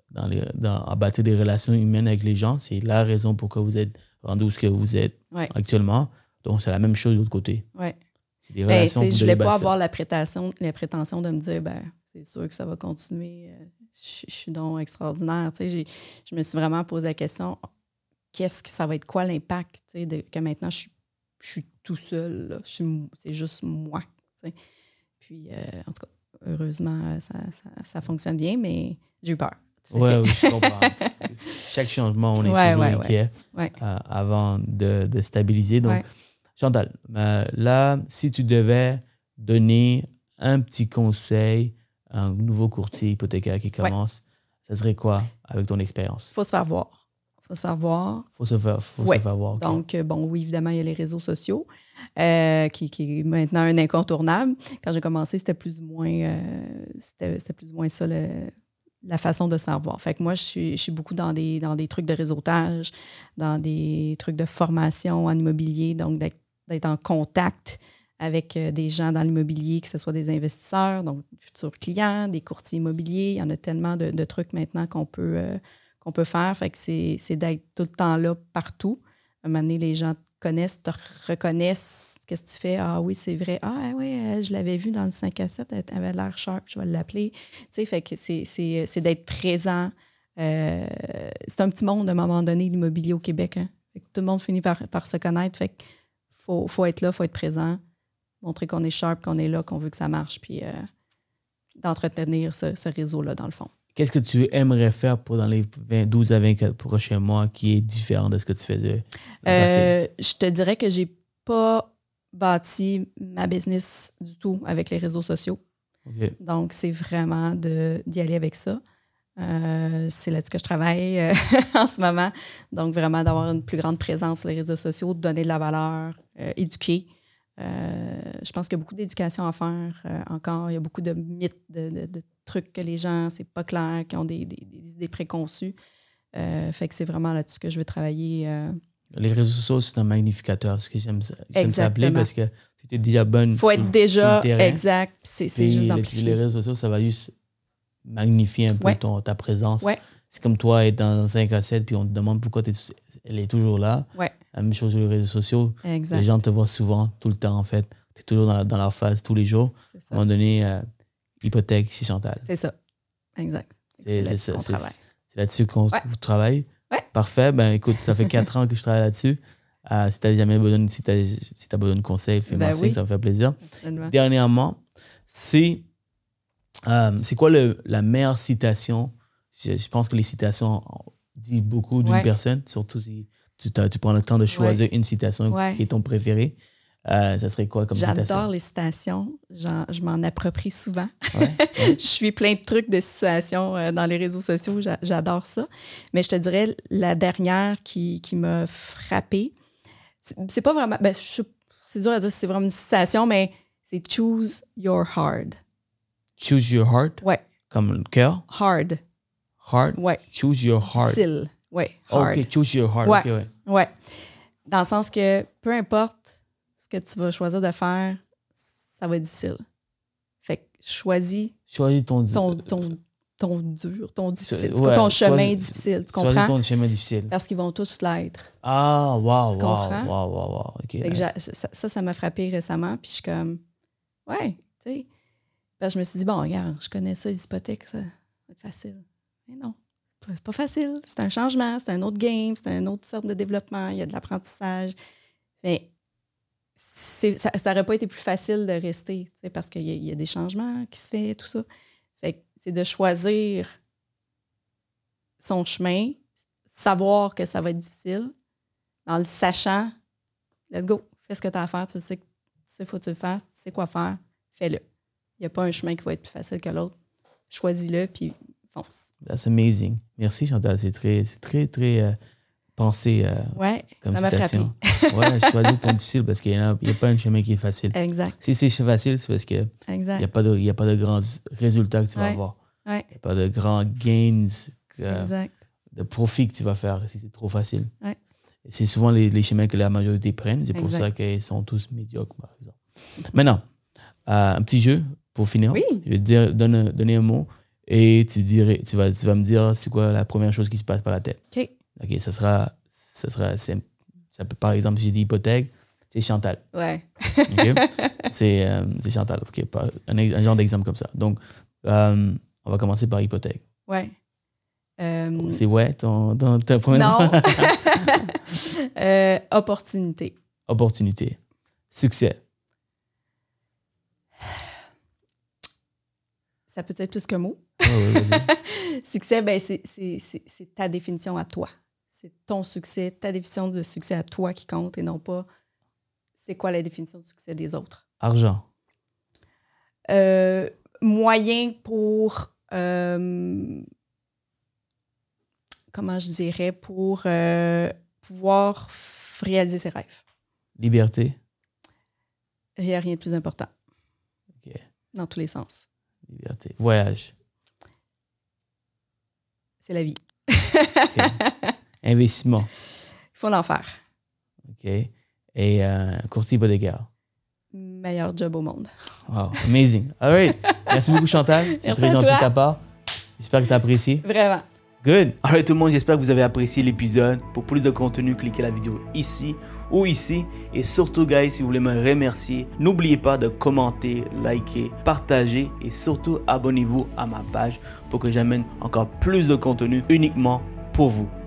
à bâtir des relations humaines avec les gens, c'est la raison pourquoi vous êtes rendu où ce que vous êtes actuellement. Donc, c'est la même chose de l'autre côté. Oui. C'est des relations que vous je ne voulais pas bâtir. avoir la prétention de me dire, c'est sûr que ça va continuer. Je suis donc extraordinaire. Tu sais, je me suis vraiment posé la question, qu'est-ce que ça va être quoi l'impact, tu sais, que maintenant je suis tout seul, là. C'est juste moi. Tu sais. Puis, en tout cas, heureusement, ça fonctionne bien, mais j'ai eu peur. Oui, je comprends. Chaque changement, on est toujours inquiet avant de stabiliser. Donc, Chantal, là, si tu devais donner un petit conseil à un nouveau courtier hypothécaire qui commence, ça serait quoi avec ton expérience? Il faut se faire voir. Il faut se faire voir. Il faut se faire voir. Okay. Donc, oui, évidemment, il y a les réseaux sociaux qui est maintenant un incontournable. Quand j'ai commencé, c'était plus ou moins ça la façon de se faire voir. Fait que moi, je suis beaucoup dans des trucs de réseautage, dans des trucs de formation en immobilier, donc d'être en contact avec des gens dans l'immobilier, que ce soit des investisseurs, donc futurs clients, des courtiers immobiliers. Il y en a tellement de trucs maintenant qu'on peut faire. Fait que c'est d'être tout le temps là, partout. À un moment donné, les gens te connaissent, te reconnaissent. Qu'est-ce que tu fais? Ah oui, c'est vrai. Ah oui, je l'avais vu dans le 5 à 7, elle avait l'air sharp, je vais l'appeler. Tu sais, fait que c'est d'être présent. C'est un petit monde, à un moment donné, l'immobilier au Québec. Hein? Fait que tout le monde finit par se connaître. Fait qu'il faut être là, il faut être présent, montrer qu'on est sharp, qu'on est là, qu'on veut que ça marche, puis d'entretenir ce réseau-là, dans le fond. Qu'est-ce que tu aimerais faire dans les 12 à 24 prochains mois qui est différent de ce que tu faisais? Je te dirais que j'ai pas bâti ma business du tout avec les réseaux sociaux. Okay. Donc, c'est vraiment d'y aller avec ça. C'est là-dessus que je travaille en ce moment. Donc, vraiment d'avoir une plus grande présence sur les réseaux sociaux, de donner de la valeur, éduquer. Je pense qu'il y a beaucoup d'éducation à faire encore. Il y a beaucoup de mythes, de trucs que les gens, c'est pas clair, qui ont des idées préconçues. Fait que c'est vraiment là-dessus que je veux travailler. Les réseaux sociaux, c'est un magnificateur, ce que j'aime s'appeler, parce que tu es déjà bonne faut être déjà, sur le terrain. Exact. C'est juste d'amplifier. Les réseaux sociaux, ça va juste magnifier un peu ta présence. Ouais. C'est comme toi, être dans 5 à 7, puis on te demande pourquoi elle est toujours là. Ouais. La même chose sur les réseaux sociaux. Exact. Les gens te voient souvent, tout le temps, en fait. Tu es toujours dans leur face tous les jours. C'est ça. À un moment donné, hypothèque chez Chantal. C'est ça. Exact. C'est là-dessus qu'on travaille. Ouais. Parfait. Ben, écoute, ça fait 4 ans que je travaille là-dessus. Si tu as jamais besoin de conseils, fais-moi signe, ça me fait plaisir. Absolument. Dernièrement, c'est quoi la meilleure citation? Je pense que les citations disent beaucoup d'une personne, surtout si tu prends le temps de choisir une citation qui est ton préféré. Ça serait quoi comme citation? J'adore les citations. Je m'en approprie souvent. Je suis plein de trucs de situations dans les réseaux sociaux. J'adore ça. Mais je te dirais, la dernière qui m'a frappée, c'est pas vraiment... c'est dur à dire si c'est vraiment une citation, mais c'est « Choose your hard ». Choose your heart? Ouais. Comme le cœur? Hard. Hard? Ouais. Choose your heart. Difficile. Ouais. Hard. OK, choose your heart. Ouais. Okay, ouais. Dans le sens que peu importe ce que tu vas choisir de faire, ça va être difficile. Fait que choisis ton dur, ton difficile, ton chemin difficile. Tu comprends? Choisis ton chemin difficile. Parce qu'ils vont tous l'être. Ah, wow. Okay. Fait que ça m'a frappé récemment. Puis je suis comme, ouais, tu sais. Parce que je me suis dit, bon, regarde, je connais ça, les hypothèques, ça va être facile. Mais non. C'est pas facile. C'est un changement, c'est un autre game, c'est une autre sorte de développement, il y a de l'apprentissage. Mais ça n'aurait pas été plus facile de rester, parce qu'il y a des changements qui se font, tout ça. Fait que c'est de choisir son chemin, savoir que ça va être difficile, en le sachant, let's go, fais ce que tu as à faire, tu sais faut que tu le fasses, tu sais quoi faire, fais-le. Il n'y a pas un chemin qui va être plus facile que l'autre. Choisis-le, puis fonce. That's amazing. Merci, Chantal. C'est très pensé comme ça citation. M'a frappé. Ouais, choisis ton difficile parce qu'il n'y a pas un chemin qui est facile. Exact. Si c'est facile, c'est parce qu'il n'y a pas de grands résultats que tu vas avoir. Ouais. Il n'y a pas de grands gains, exact. de profit que tu vas faire si c'est trop facile. Ouais. Et c'est souvent les chemins que la majorité prennent. C'est pour ça qu'ils sont tous médiocres, par exemple. Maintenant, un petit jeu pour finir. Oui. Je vais te donner un mot et tu vas me dire c'est quoi la première chose qui se passe par la tête. OK, ça sera simple. Ça peut, par exemple, si j'ai dit hypothèque, c'est Chantal. Ouais. OK? C'est Chantal. OK, un genre d'exemple comme ça. Donc, on va commencer par hypothèque. Ouais. C'est ouais, ton premier nom? Non. Opportunité. Opportunité. Succès. Ça peut être plus qu'un mot. Oui, vas-y. Succès, ben c'est ta définition à toi. C'est ton succès, ta définition de succès à toi qui compte et non pas c'est quoi la définition du succès des autres. Argent. Moyen pour, comment je dirais, pour pouvoir réaliser ses rêves. Liberté. Il n'y a rien de plus important. OK. Dans tous les sens. Liberté. Voyage. C'est la vie. OK. Investissement. Il faut l'en faire. OK. Et courtier hypothécaire. Meilleur job au monde. Wow, amazing. All right. Merci beaucoup, Chantal. C'est Merci très à gentil toi. de ta part. J'espère que tu as apprécié. Vraiment. Good. All right, tout le monde, j'espère que vous avez apprécié l'épisode. Pour plus de contenu, cliquez la vidéo ici ou ici. Et surtout, guys, si vous voulez me remercier, n'oubliez pas de commenter, liker, partager et surtout abonnez-vous à ma page pour que j'amène encore plus de contenu uniquement pour vous.